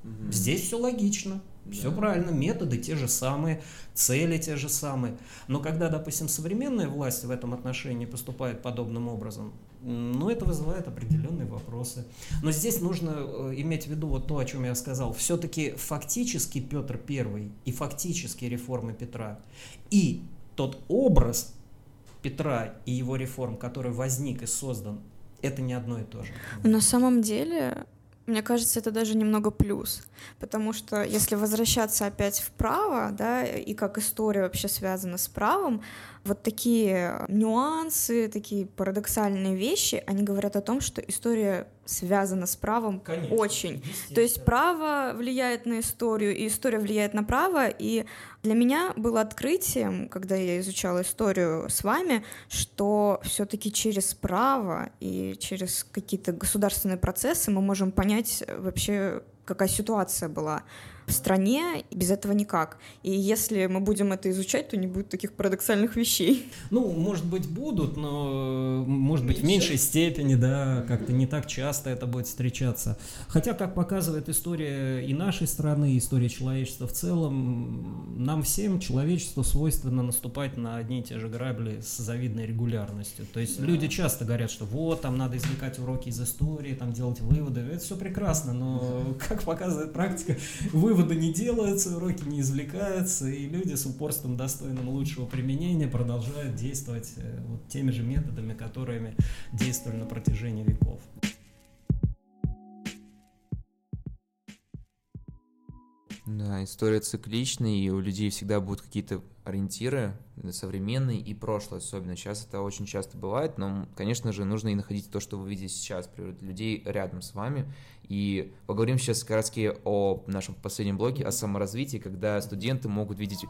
Здесь все логично. Все правильно, методы те же самые, цели те же самые. Но когда, допустим, современная власть в этом отношении поступает подобным образом, это вызывает определенные вопросы. Но здесь нужно иметь в виду вот то, о чем я сказал. Все-таки фактически Петр I и фактически реформы Петра, и тот образ Петра и его реформ, который возник и создан, это не одно и то же. На самом деле... Мне кажется, это даже немного плюс, потому что если возвращаться опять вправо, да, и как история вообще связана с правом, вот такие нюансы, такие парадоксальные вещи, они говорят о том, что история связана с правом. Конечно, очень. То есть право влияет на историю, и история влияет на право, и для меня было открытием, когда я изучала историю с вами, что все-таки через право и через какие-то государственные процессы мы можем понять вообще, какая ситуация была в стране, и без этого никак. И если мы будем это изучать, то не будет таких парадоксальных вещей. Может быть, будут, но, может быть, в меньшей степени, да, как-то не так часто это будет встречаться. Хотя, как показывает история и нашей страны, и история человечества в целом, нам всем, человечеству, свойственно наступать на одни и те же грабли с завидной регулярностью. То есть люди часто говорят, что вот, там надо извлекать уроки из истории, там делать выводы. Это все прекрасно, но, как показывает практика, выводы не делаются, уроки не извлекаются, и люди с упорством, достойным лучшего применения, продолжают действовать вот теми же методами, которыми действовали на протяжении веков. Да, история цикличная, и у людей всегда будут какие-то ориентиры, современные и прошлое особенно. Сейчас это очень часто бывает, но, конечно же, нужно и находить то, что вы видите сейчас, людей рядом с вами. И поговорим сейчас как раз о нашем последнем блоке, о саморазвитии, когда студенты могут видеть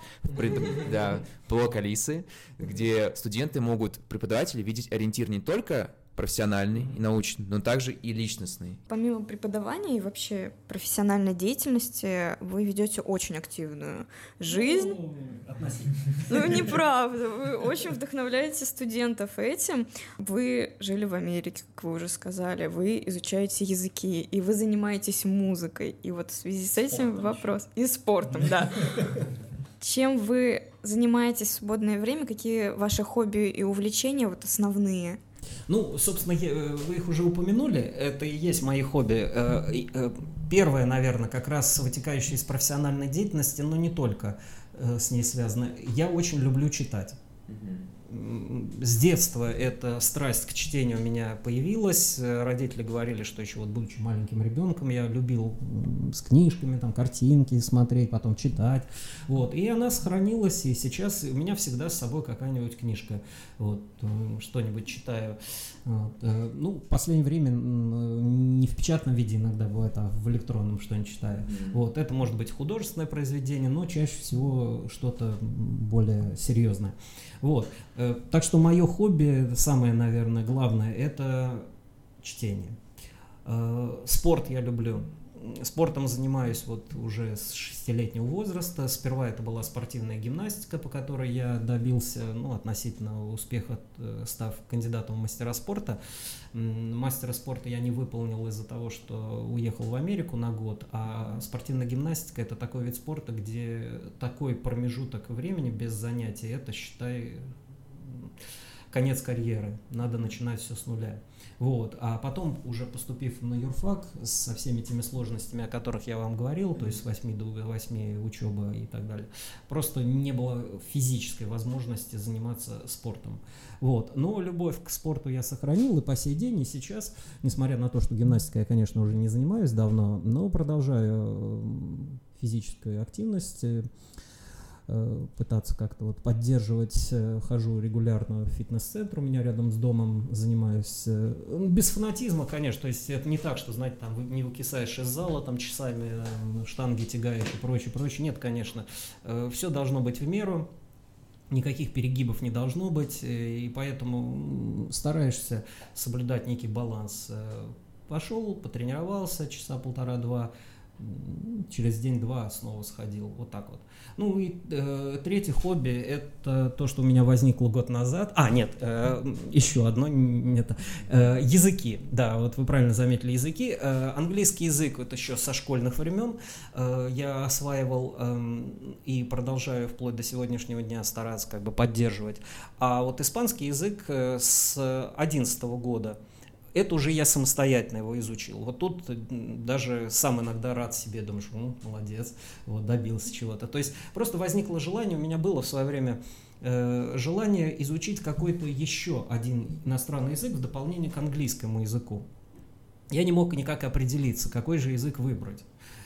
блок Алисы, где студенты могут, преподаватели, видеть ориентир не только профессиональный и научный, но также и личностный. Помимо преподавания и вообще профессиональной деятельности, вы ведете очень активную жизнь. Относительно. Неправда. Вы очень вдохновляете студентов этим. Вы жили в Америке, как вы уже сказали, вы изучаете языки, и вы занимаетесь музыкой. И вот в связи с этим вопрос. И спортом, да. Чем вы занимаетесь в свободное время? Какие ваши хобби и увлечения вот основные? Собственно, вы их уже упомянули, это и есть мои хобби. Первое, наверное, как раз вытекающее из профессиональной деятельности, но не только с ней связано. Я очень люблю читать. С детства эта страсть к чтению у меня появилась. Родители говорили, что еще вот будучи маленьким ребенком, я любил с книжками, там, картинки смотреть, потом читать. Вот. И она сохранилась, и сейчас у меня всегда с собой какая-нибудь книжка. Вот, что-нибудь читаю. Вот. В последнее время не в печатном виде иногда бывает, а в электронном что-нибудь читаю. Вот. Это может быть художественное произведение, но чаще всего что-то более серьезное. Вот. Так что мое хобби, самое, наверное, главное, это чтение. Спорт я люблю. Спортом занимаюсь вот уже с 6-летнего возраста. Сперва это была спортивная гимнастика, по которой я добился относительного успеха, став кандидатом в мастера спорта. Мастера спорта я не выполнил из-за того, что уехал в Америку на год, а спортивная гимнастика — это такой вид спорта, где такой промежуток времени без занятий — это, считай, конец карьеры, надо начинать все с нуля. Вот. А потом, уже поступив на юрфак со всеми теми сложностями, о которых я вам говорил, то есть с 8 до 8 учеба и так далее, просто не было физической возможности заниматься спортом. Вот. Но любовь к спорту я сохранил и по сей день, и сейчас, несмотря на то, что гимнастикой я, конечно, уже не занимаюсь давно, но продолжаю физическую активность, пытаться как-то вот поддерживать, хожу регулярно в фитнес-центр, у меня рядом с домом, занимаюсь без фанатизма, конечно, то есть это не так, что, знаете, там не выкисаешь из зала там часами, штанги тягаешь и прочее, нет, конечно, все должно быть в меру, никаких перегибов не должно быть, и поэтому стараешься соблюдать некий баланс. Пошел, потренировался часа полтора-два, через день-два снова сходил, вот так вот. Ну и третье хобби — это то, что у меня возникло год назад. Еще одно, языки. Да, вот вы правильно заметили, языки. Английский язык вот еще со школьных времен я осваивал и продолжаю вплоть до сегодняшнего дня стараться как бы поддерживать. А вот испанский язык с 2011 года. Это уже я самостоятельно его изучил. Вот тут даже сам иногда рад себе, думаешь, молодец, вот добился чего-то. То есть просто возникло желание, у меня было в свое время желание изучить какой-то еще один иностранный язык в дополнение к английскому языку. Я не мог никак определиться, какой же язык выбрать.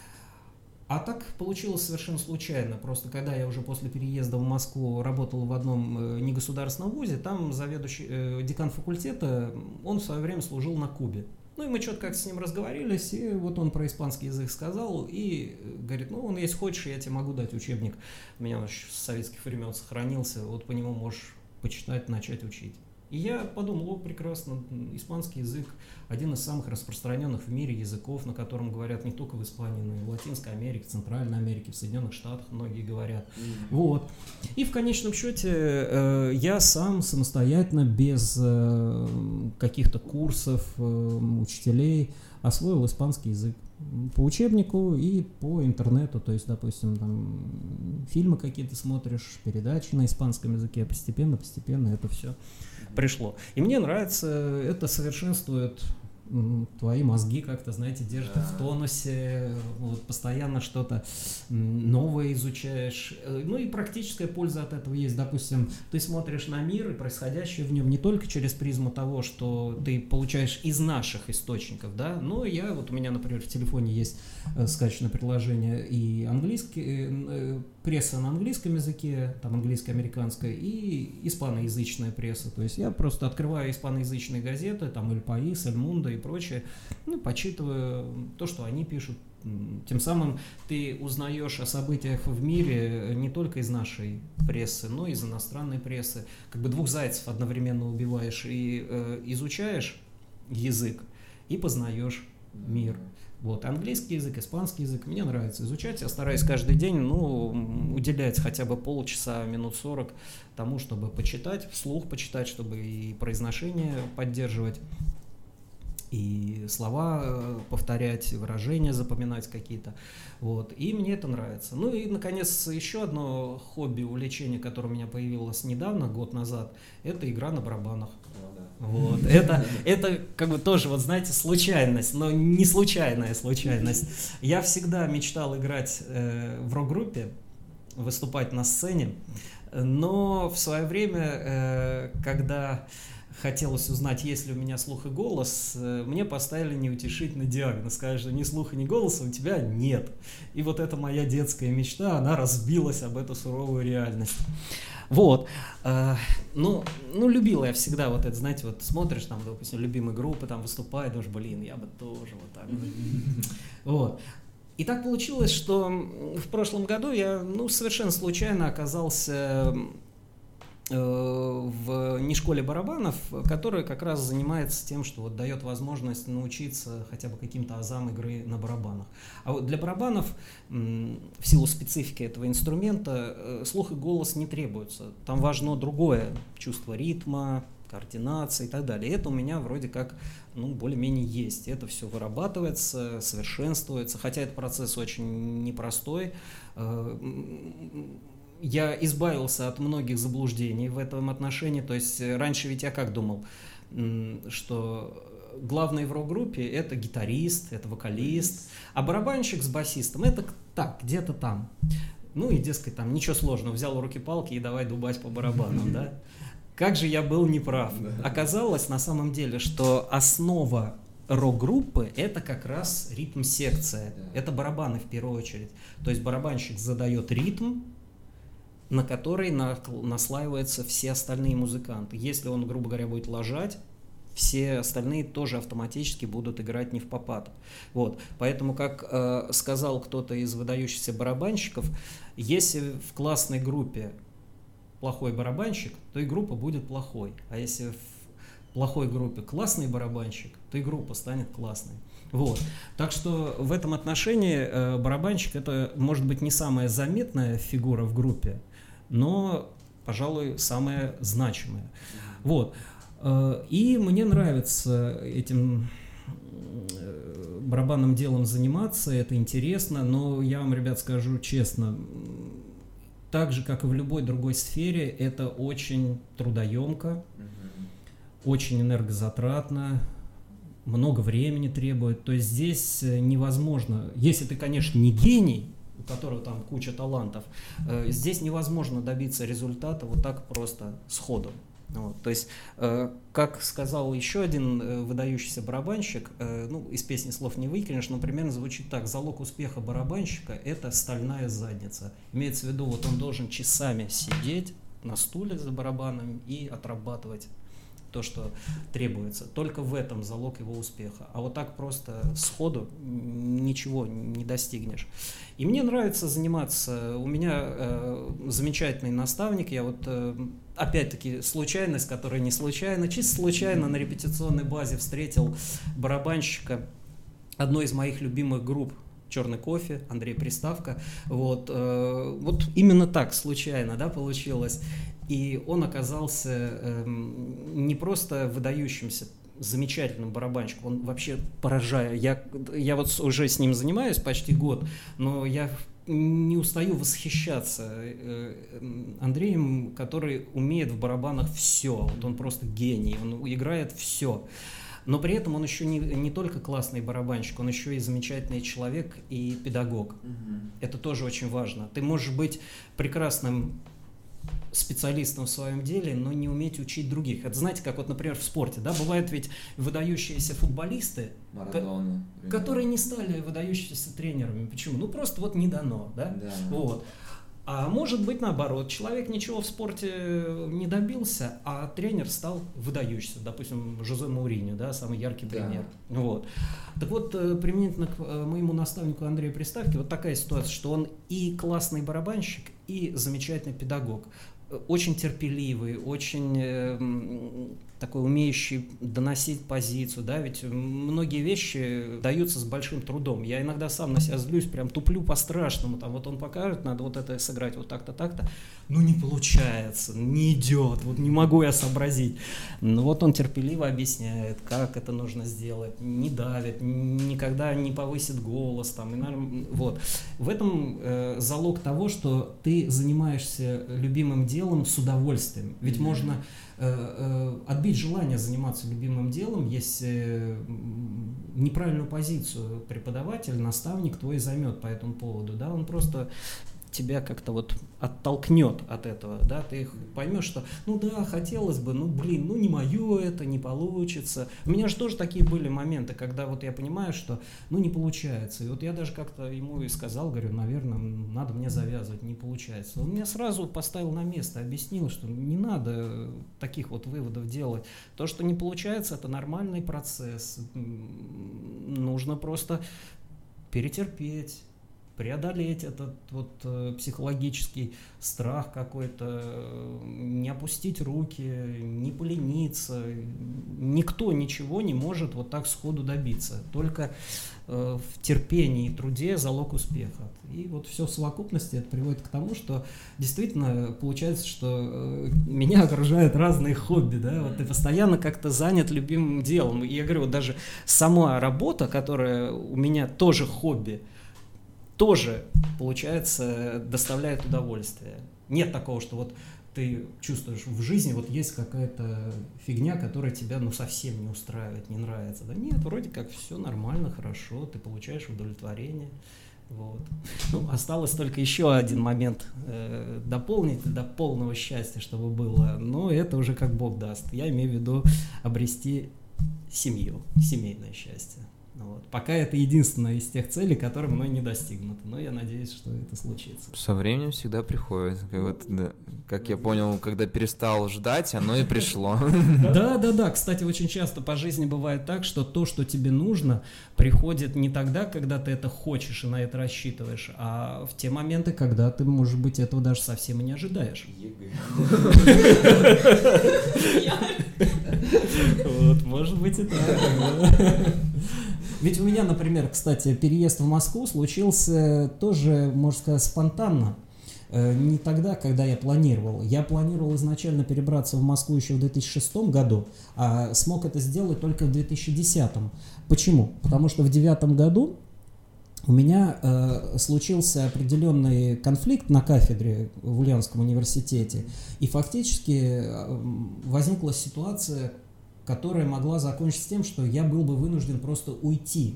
А так получилось совершенно случайно. Просто когда я уже после переезда в Москву работал в одном негосударственном вузе, там заведующий, декан факультета, он в свое время служил на Кубе. Ну и мы что-то как-то с ним разговорились, и вот он про испанский язык сказал, и говорит, он, если хочешь, я тебе могу дать учебник. У меня он еще с советских времен сохранился, вот по нему можешь почитать, начать учить. И я подумал, прекрасно, испанский язык один из самых распространенных в мире языков, на котором говорят не только в Испании, но и в Латинской Америке, в Центральной Америке, в Соединенных Штатах многие говорят. Вот. И в конечном счете я сам самостоятельно, без каких-то курсов, учителей, освоил испанский язык по учебнику и по интернету. То есть, допустим, там фильмы какие-то смотришь, передачи на испанском языке, постепенно это все пришло. И мне нравится, это совершенствует твои мозги, как-то, знаете, держит их в тонусе, вот, постоянно что-то новое изучаешь. Ну и практическая польза от этого есть. Допустим, ты смотришь на мир и происходящее в нем не только через призму того, что ты получаешь из наших источников, да, но я, вот у меня, например, в телефоне есть скачанное приложение и пресса на английском языке, там английско-американская, и испаноязычная пресса. То есть я просто открываю испаноязычные газеты, там Эль Паис, Эль Мундо и прочее, почитываю то, что они пишут. Тем самым ты узнаешь о событиях в мире не только из нашей прессы, но и из иностранной прессы. Как бы двух зайцев одновременно убиваешь, и изучаешь язык, и познаешь мир. Вот, английский язык, испанский язык мне нравится изучать. Я стараюсь каждый день, уделять хотя бы полчаса, минут 40 тому, чтобы почитать, вслух почитать, чтобы и произношение поддерживать, и слова повторять, выражения запоминать какие-то. Вот, и мне это нравится. Ну и, наконец, еще одно хобби, увлечение, которое у меня появилось недавно, год назад, это игра на барабанах. Вот. Это как бы тоже, вот знаете, случайность, но не случайная случайность. Я всегда мечтал играть в рок-группе, выступать на сцене, но в свое время, когда хотелось узнать, есть ли у меня слух и голос, мне поставили неутешительный диагноз. Сказали, что ни слуха, ни голоса у тебя нет. И вот эта моя детская мечта, она разбилась об эту суровую реальность. Вот, любила я всегда вот это, знаете, вот смотришь, там, допустим, любимые группы там выступают, думаешь, я бы тоже вот так. Вот. И так получилось, что в прошлом году я, совершенно случайно оказался в нешколе барабанов, которая как раз занимается тем, что вот дает возможность научиться хотя бы каким-то азам игры на барабанах. А вот для барабанов, в силу специфики этого инструмента, слух и голос не требуются. Там важно другое чувство ритма, координации и так далее. И это у меня вроде как более-менее есть. Это все вырабатывается, совершенствуется, хотя этот процесс очень непростой. Я избавился от многих заблуждений в этом отношении. То есть раньше ведь я как думал, что главный в рок-группе — это гитарист, это вокалист, а барабанщик с басистом — это так, где-то там. И, дескать, там ничего сложного, взял в руки палки и давай дубать по барабанам, да? Как же я был неправ. Оказалось на самом деле, что основа рок-группы — это как раз ритм-секция. Это барабаны в первую очередь. То есть барабанщик задает ритм, на который наслаиваются все остальные музыканты. Если он, грубо говоря, будет ложать, все остальные тоже автоматически будут играть не впопад. Вот. Поэтому, как сказал кто-то из выдающихся барабанщиков, если в классной группе плохой барабанщик, то и группа будет плохой. А если плохой группе классный барабанщик, то и группа станет классной. Вот. Так что в этом отношении барабанщик — это, может быть, не самая заметная фигура в группе, но, пожалуй, самая значимая. Вот. И мне нравится этим барабанным делом заниматься, это интересно, но я вам, ребят, скажу честно, так же, как и в любой другой сфере, это очень трудоемко, очень энергозатратно, много времени требует. То есть здесь невозможно, если ты, конечно, не гений, у которого там куча талантов, здесь невозможно добиться результата вот так просто сходу. Вот, то есть, как сказал еще один выдающийся барабанщик, ну, из песни слов не выкинешь, но примерно звучит так: залог успеха барабанщика — это стальная задница. Имеется в виду, вот он должен часами сидеть на стуле за барабаном и отрабатывать то, что требуется. Только в этом залог его успеха. А вот так просто сходу ничего не достигнешь. И мне нравится заниматься. У меня замечательный наставник. Я вот, опять-таки, случайность, которая не случайна, чисто случайно на репетиционной базе встретил барабанщика одной из моих любимых групп «Черный кофе», Андрей Приставка. Вот именно так случайно, да, получилось. И он оказался не просто выдающимся, замечательным барабанщиком, он вообще поражает. Я вот уже с ним занимаюсь почти год, но я не устаю восхищаться Андреем, который умеет в барабанах все. Вот он просто гений, он играет все. Но при этом он еще не только классный барабанщик, он еще и замечательный человек и педагог. Это тоже очень важно. Ты можешь быть прекрасным специалистом в своем деле, но не уметь учить других. Это, знаете, как вот, например, в спорте, да, бывают ведь выдающиеся футболисты, которые не стали выдающимися тренерами. Почему? Ну, просто вот не дано, да? Вот. А может быть, наоборот, человек ничего в спорте не добился, а тренер стал выдающимся. Допустим, Жозе Мауриньо, да, самый яркий пример. Вот. Так вот, применительно к моему наставнику Андрею Приставке, вот такая ситуация, что он и классный барабанщик, и замечательный педагог. Очень терпеливый, очень такой умеющий доносить позицию, да, ведь многие вещи даются с большим трудом. Я иногда сам на себя злюсь, прям туплю по-страшному, там вот он покажет, надо вот это сыграть вот так-то, так-то, ну не получается, не идет, вот не могу я сообразить. Но вот он терпеливо объясняет, как это нужно сделать, не давит, никогда не повысит голос, там, и, вот. В этом залог того, что ты занимаешься любимым делом с удовольствием, ведь можно отбить желание заниматься любимым делом, если неправильную позицию преподаватель, наставник твой займет по этому поводу, да, он просто тебя как-то вот оттолкнет от этого, да, ты поймешь, что, ну да, хотелось бы, ну блин, ну не мое это, не получится. У меня же тоже такие были моменты, когда вот я понимаю, что, ну не получается. И вот я даже как-то ему и сказал, говорю, наверное, надо мне завязывать, не получается. Он меня сразу поставил на место, объяснил, что не надо таких вот выводов делать. То, что не получается, это нормальный процесс. Нужно просто перетерпеть, преодолеть этот вот психологический страх какой-то, не опустить руки, не полениться. Никто ничего не может вот так сходу добиться. Только в терпении и труде залог успеха. И вот все в совокупности это приводит к тому, что действительно получается, что меня окружают разные хобби, да, вот ты постоянно как-то занят любимым делом. И я говорю, вот даже сама работа, которая у меня тоже хобби, тоже, получается, доставляет удовольствие. Нет такого, что вот ты чувствуешь в жизни, вот есть какая-то фигня, которая тебя, ну, совсем не устраивает, не нравится. Да нет, вроде как все нормально, хорошо, ты получаешь удовлетворение. Вот. Ну, осталось только еще один момент дополнить до полного счастья, чтобы было. Но это уже как Бог даст. Я имею в виду обрести семью, семейное счастье. Вот. Пока это единственная из тех целей, которые мной не достигнуты, но я надеюсь, что это случится. Со временем всегда приходит. Вот, да. Как я понял, когда перестал ждать, оно и пришло. Да. Кстати, очень часто по жизни бывает так, что то, что тебе нужно, приходит не тогда, когда ты это хочешь и на это рассчитываешь, а в те моменты, когда ты, может быть, этого даже совсем и не ожидаешь. быть и так. Ведь у меня, например, кстати, переезд в Москву случился тоже, можно сказать, спонтанно. Не тогда, когда я планировал. Я планировал изначально перебраться в Москву еще в 2006 году, а смог это сделать только в 2010. Почему? Потому что в 2009 году у меня случился определенный конфликт на кафедре в Ульяновском университете, и фактически возникла ситуация, которая могла закончиться тем, что я был бы вынужден просто уйти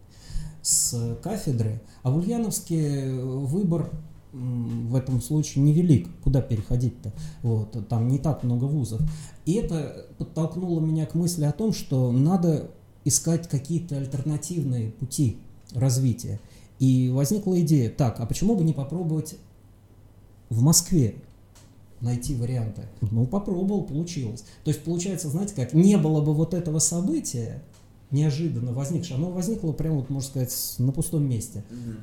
с кафедры, а в Ульяновске выбор в этом случае невелик, куда переходить-то, вот, там не так много вузов. И это подтолкнуло меня к мысли о том, что надо искать какие-то альтернативные пути развития. И возникла идея, так, а почему бы не попробовать в Москве найти варианты? Ну, попробовал, получилось. То есть, получается, знаете как, не было бы вот этого события, неожиданно возникшего, оно возникло прямо, вот, можно сказать, на пустом месте.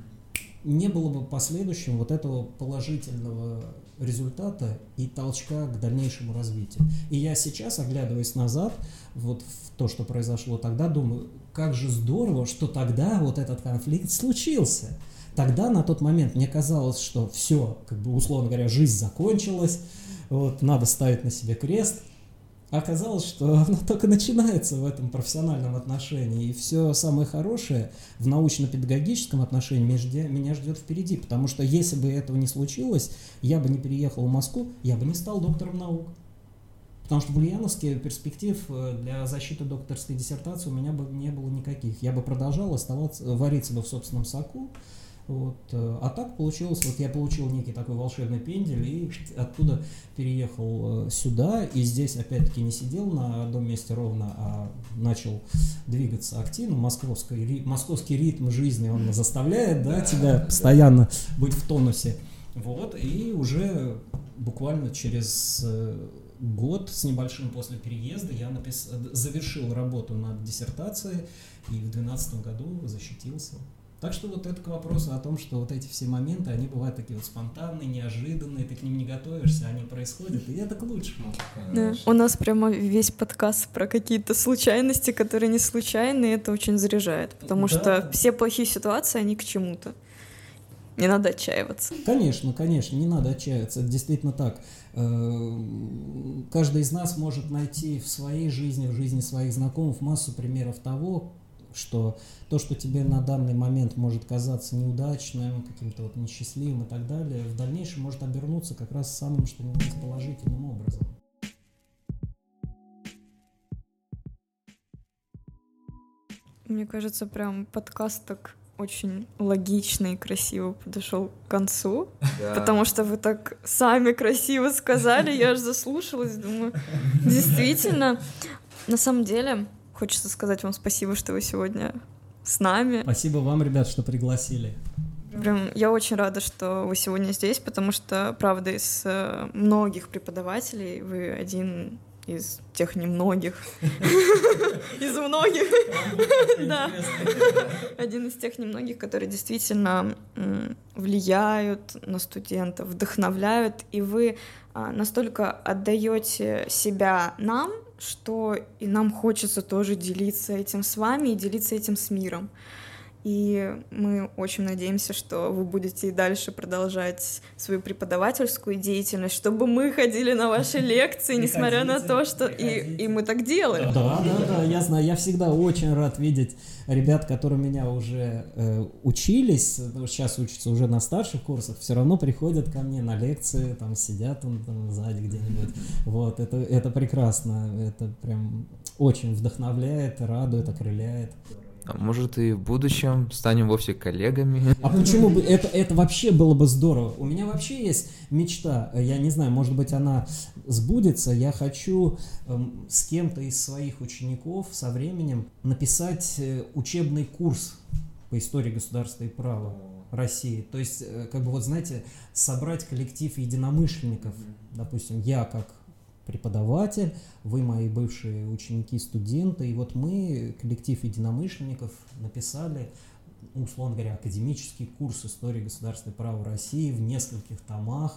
Не было бы последующим вот этого положительного результата и толчка к дальнейшему развитию. И я сейчас, оглядываясь назад, вот в то, что произошло тогда, думаю, как же здорово, что тогда вот этот конфликт случился. Тогда, на тот момент, мне казалось, что все, как бы, условно говоря, жизнь закончилась, вот, надо ставить на себе крест. А оказалось, что оно только начинается в этом профессиональном отношении, и все самое хорошее в научно-педагогическом отношении меня ждет впереди, потому что если бы этого не случилось, я бы не переехал в Москву, я бы не стал доктором наук. Потому что в Ульяновске перспектив для защиты докторской диссертации у меня бы не было никаких. Я бы продолжал вариться бы в собственном соку. Вот. А так получилось, вот я получил некий такой волшебный пендель и оттуда переехал сюда, и здесь опять-таки не сидел на одном месте ровно, а начал двигаться активно. Московский ритм жизни, он заставляет, да, тебя постоянно быть в тонусе. Вот, и уже буквально через год с небольшим после переезда я завершил работу над диссертацией и в 2012 году защитился. Так что вот это к вопросу о том, что вот эти все моменты, они бывают такие вот спонтанные, неожиданные, ты к ним не готовишься, они происходят, и это к лучшему. Да. У нас прямо весь подкаст про какие-то случайности, которые не случайные, это очень заряжает, потому что все плохие ситуации, они к чему-то. Не надо отчаиваться. Конечно, конечно, не надо отчаиваться, это действительно так. Каждый из нас может найти в своей жизни, в жизни своих знакомых массу примеров того, что то, что тебе на данный момент может казаться неудачным, каким-то вот несчастливым и так далее, в дальнейшем может обернуться как раз самым, что ни на есть, положительным образом. Мне кажется, прям подкаст так очень логично и красиво подошел к концу, потому что вы так сами красиво сказали, я аж заслушалась, думаю, действительно, на самом деле, хочется сказать вам спасибо, что вы сегодня с нами. Спасибо вам, ребят, что пригласили. Прям, я очень рада, что вы сегодня здесь, потому что, правда, из многих преподавателей вы один из тех немногих, из многих, да, один из тех немногих, которые действительно влияют на студентов, вдохновляют, и вы настолько отдаете себя нам, что и нам хочется тоже делиться этим с вами и делиться этим с миром. И мы очень надеемся, что вы будете и дальше продолжать свою преподавательскую деятельность, чтобы мы ходили на ваши лекции, несмотря на то, что и мы так делаем. Да, я знаю, я всегда очень рад видеть ребят, которые меня уже учились, сейчас учатся уже на старших курсах, все равно приходят ко мне на лекции, там сидят там сзади где-нибудь. Вот, это прекрасно, это прям очень вдохновляет, радует, окрыляет. А может и в будущем станем вовсе коллегами. А почему бы это вообще было бы здорово? У меня вообще есть мечта, я не знаю, может быть она сбудется. Я хочу с кем-то из своих учеников со временем написать учебный курс по истории государства и права России. То есть, как бы вот знаете, собрать коллектив единомышленников. Допустим, я как преподаватель, вы мои бывшие ученики, студенты, и вот мы, коллектив единомышленников, написали, условно говоря, академический курс истории государства и права России в нескольких томах,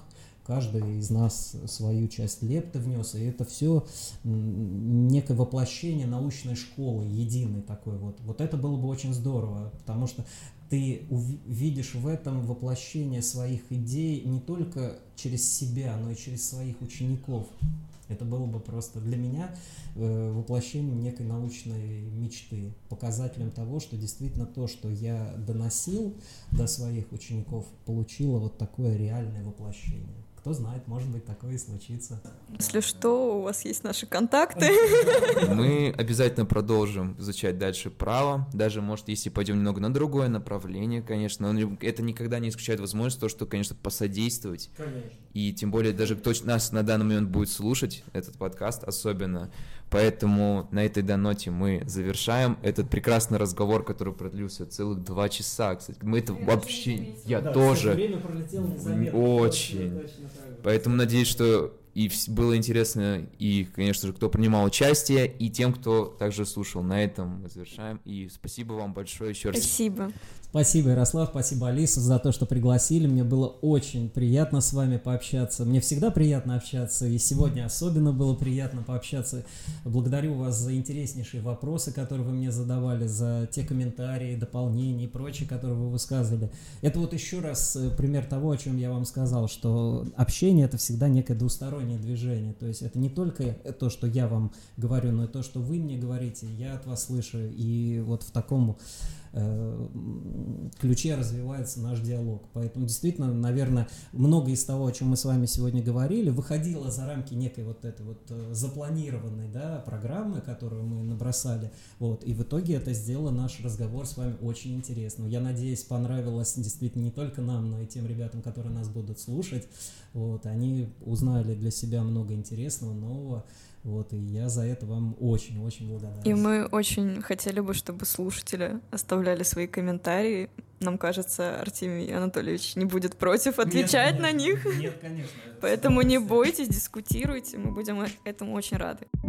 каждый из нас свою часть лепты внес, и это все некое воплощение научной школы, единой такой вот. Вот это было бы очень здорово, потому что ты видишь в этом воплощение своих идей не только через себя, но и через своих учеников. Это было бы просто для меня воплощением некой научной мечты, показателем того, что действительно то, что я доносил до своих учеников, получило вот такое реальное воплощение. Кто знает, может быть, такое и случится. Если что, у вас есть наши контакты. Мы обязательно продолжим изучать дальше право, даже, может, если пойдем немного на другое направление, конечно, но это никогда не исключает возможность то, что, конечно, посодействовать. Конечно. И тем более даже кто нас на данный момент будет слушать, этот подкаст особенно. Поэтому на этой ноте мы завершаем этот прекрасный разговор, который продлился целых 2 часа. Кстати, мы это вообще... Я тоже. Время пролетело незаметно. Очень. Поэтому надеюсь, что и было интересно, и, конечно же, кто принимал участие, и тем, кто также слушал. На этом мы завершаем. И спасибо вам большое еще раз. Спасибо. Спасибо, Ярослав, спасибо, Алиса, за то, что пригласили. Мне было очень приятно с вами пообщаться. Мне всегда приятно общаться, и сегодня особенно было приятно пообщаться. Благодарю вас за интереснейшие вопросы, которые вы мне задавали, за те комментарии, дополнения и прочее, которые вы высказывали. Это вот еще раз пример того, о чем я вам сказал, что общение — это всегда некое двустороннее движение. То есть это не только то, что я вам говорю, но и то, что вы мне говорите, я от вас слышу. И вот в таком ключе развивается наш диалог. Поэтому действительно, наверное, многое из того, о чем мы с вами сегодня говорили, выходило за рамки некой вот этой вот запланированной, да, программы, которую мы набросали. Вот. И в итоге это сделало наш разговор с вами очень интересным. Я надеюсь, понравилось действительно не только нам, но и тем ребятам, которые нас будут слушать. Вот. Они узнали для себя много интересного, нового. Вот, и я за это вам очень-очень благодарен. И мы очень хотели бы, чтобы слушатели оставляли свои комментарии. Нам кажется, Артемий Анатольевич не будет против отвечать на них. Нет, конечно. Поэтому не бойтесь, дискутируйте, мы будем этому очень рады.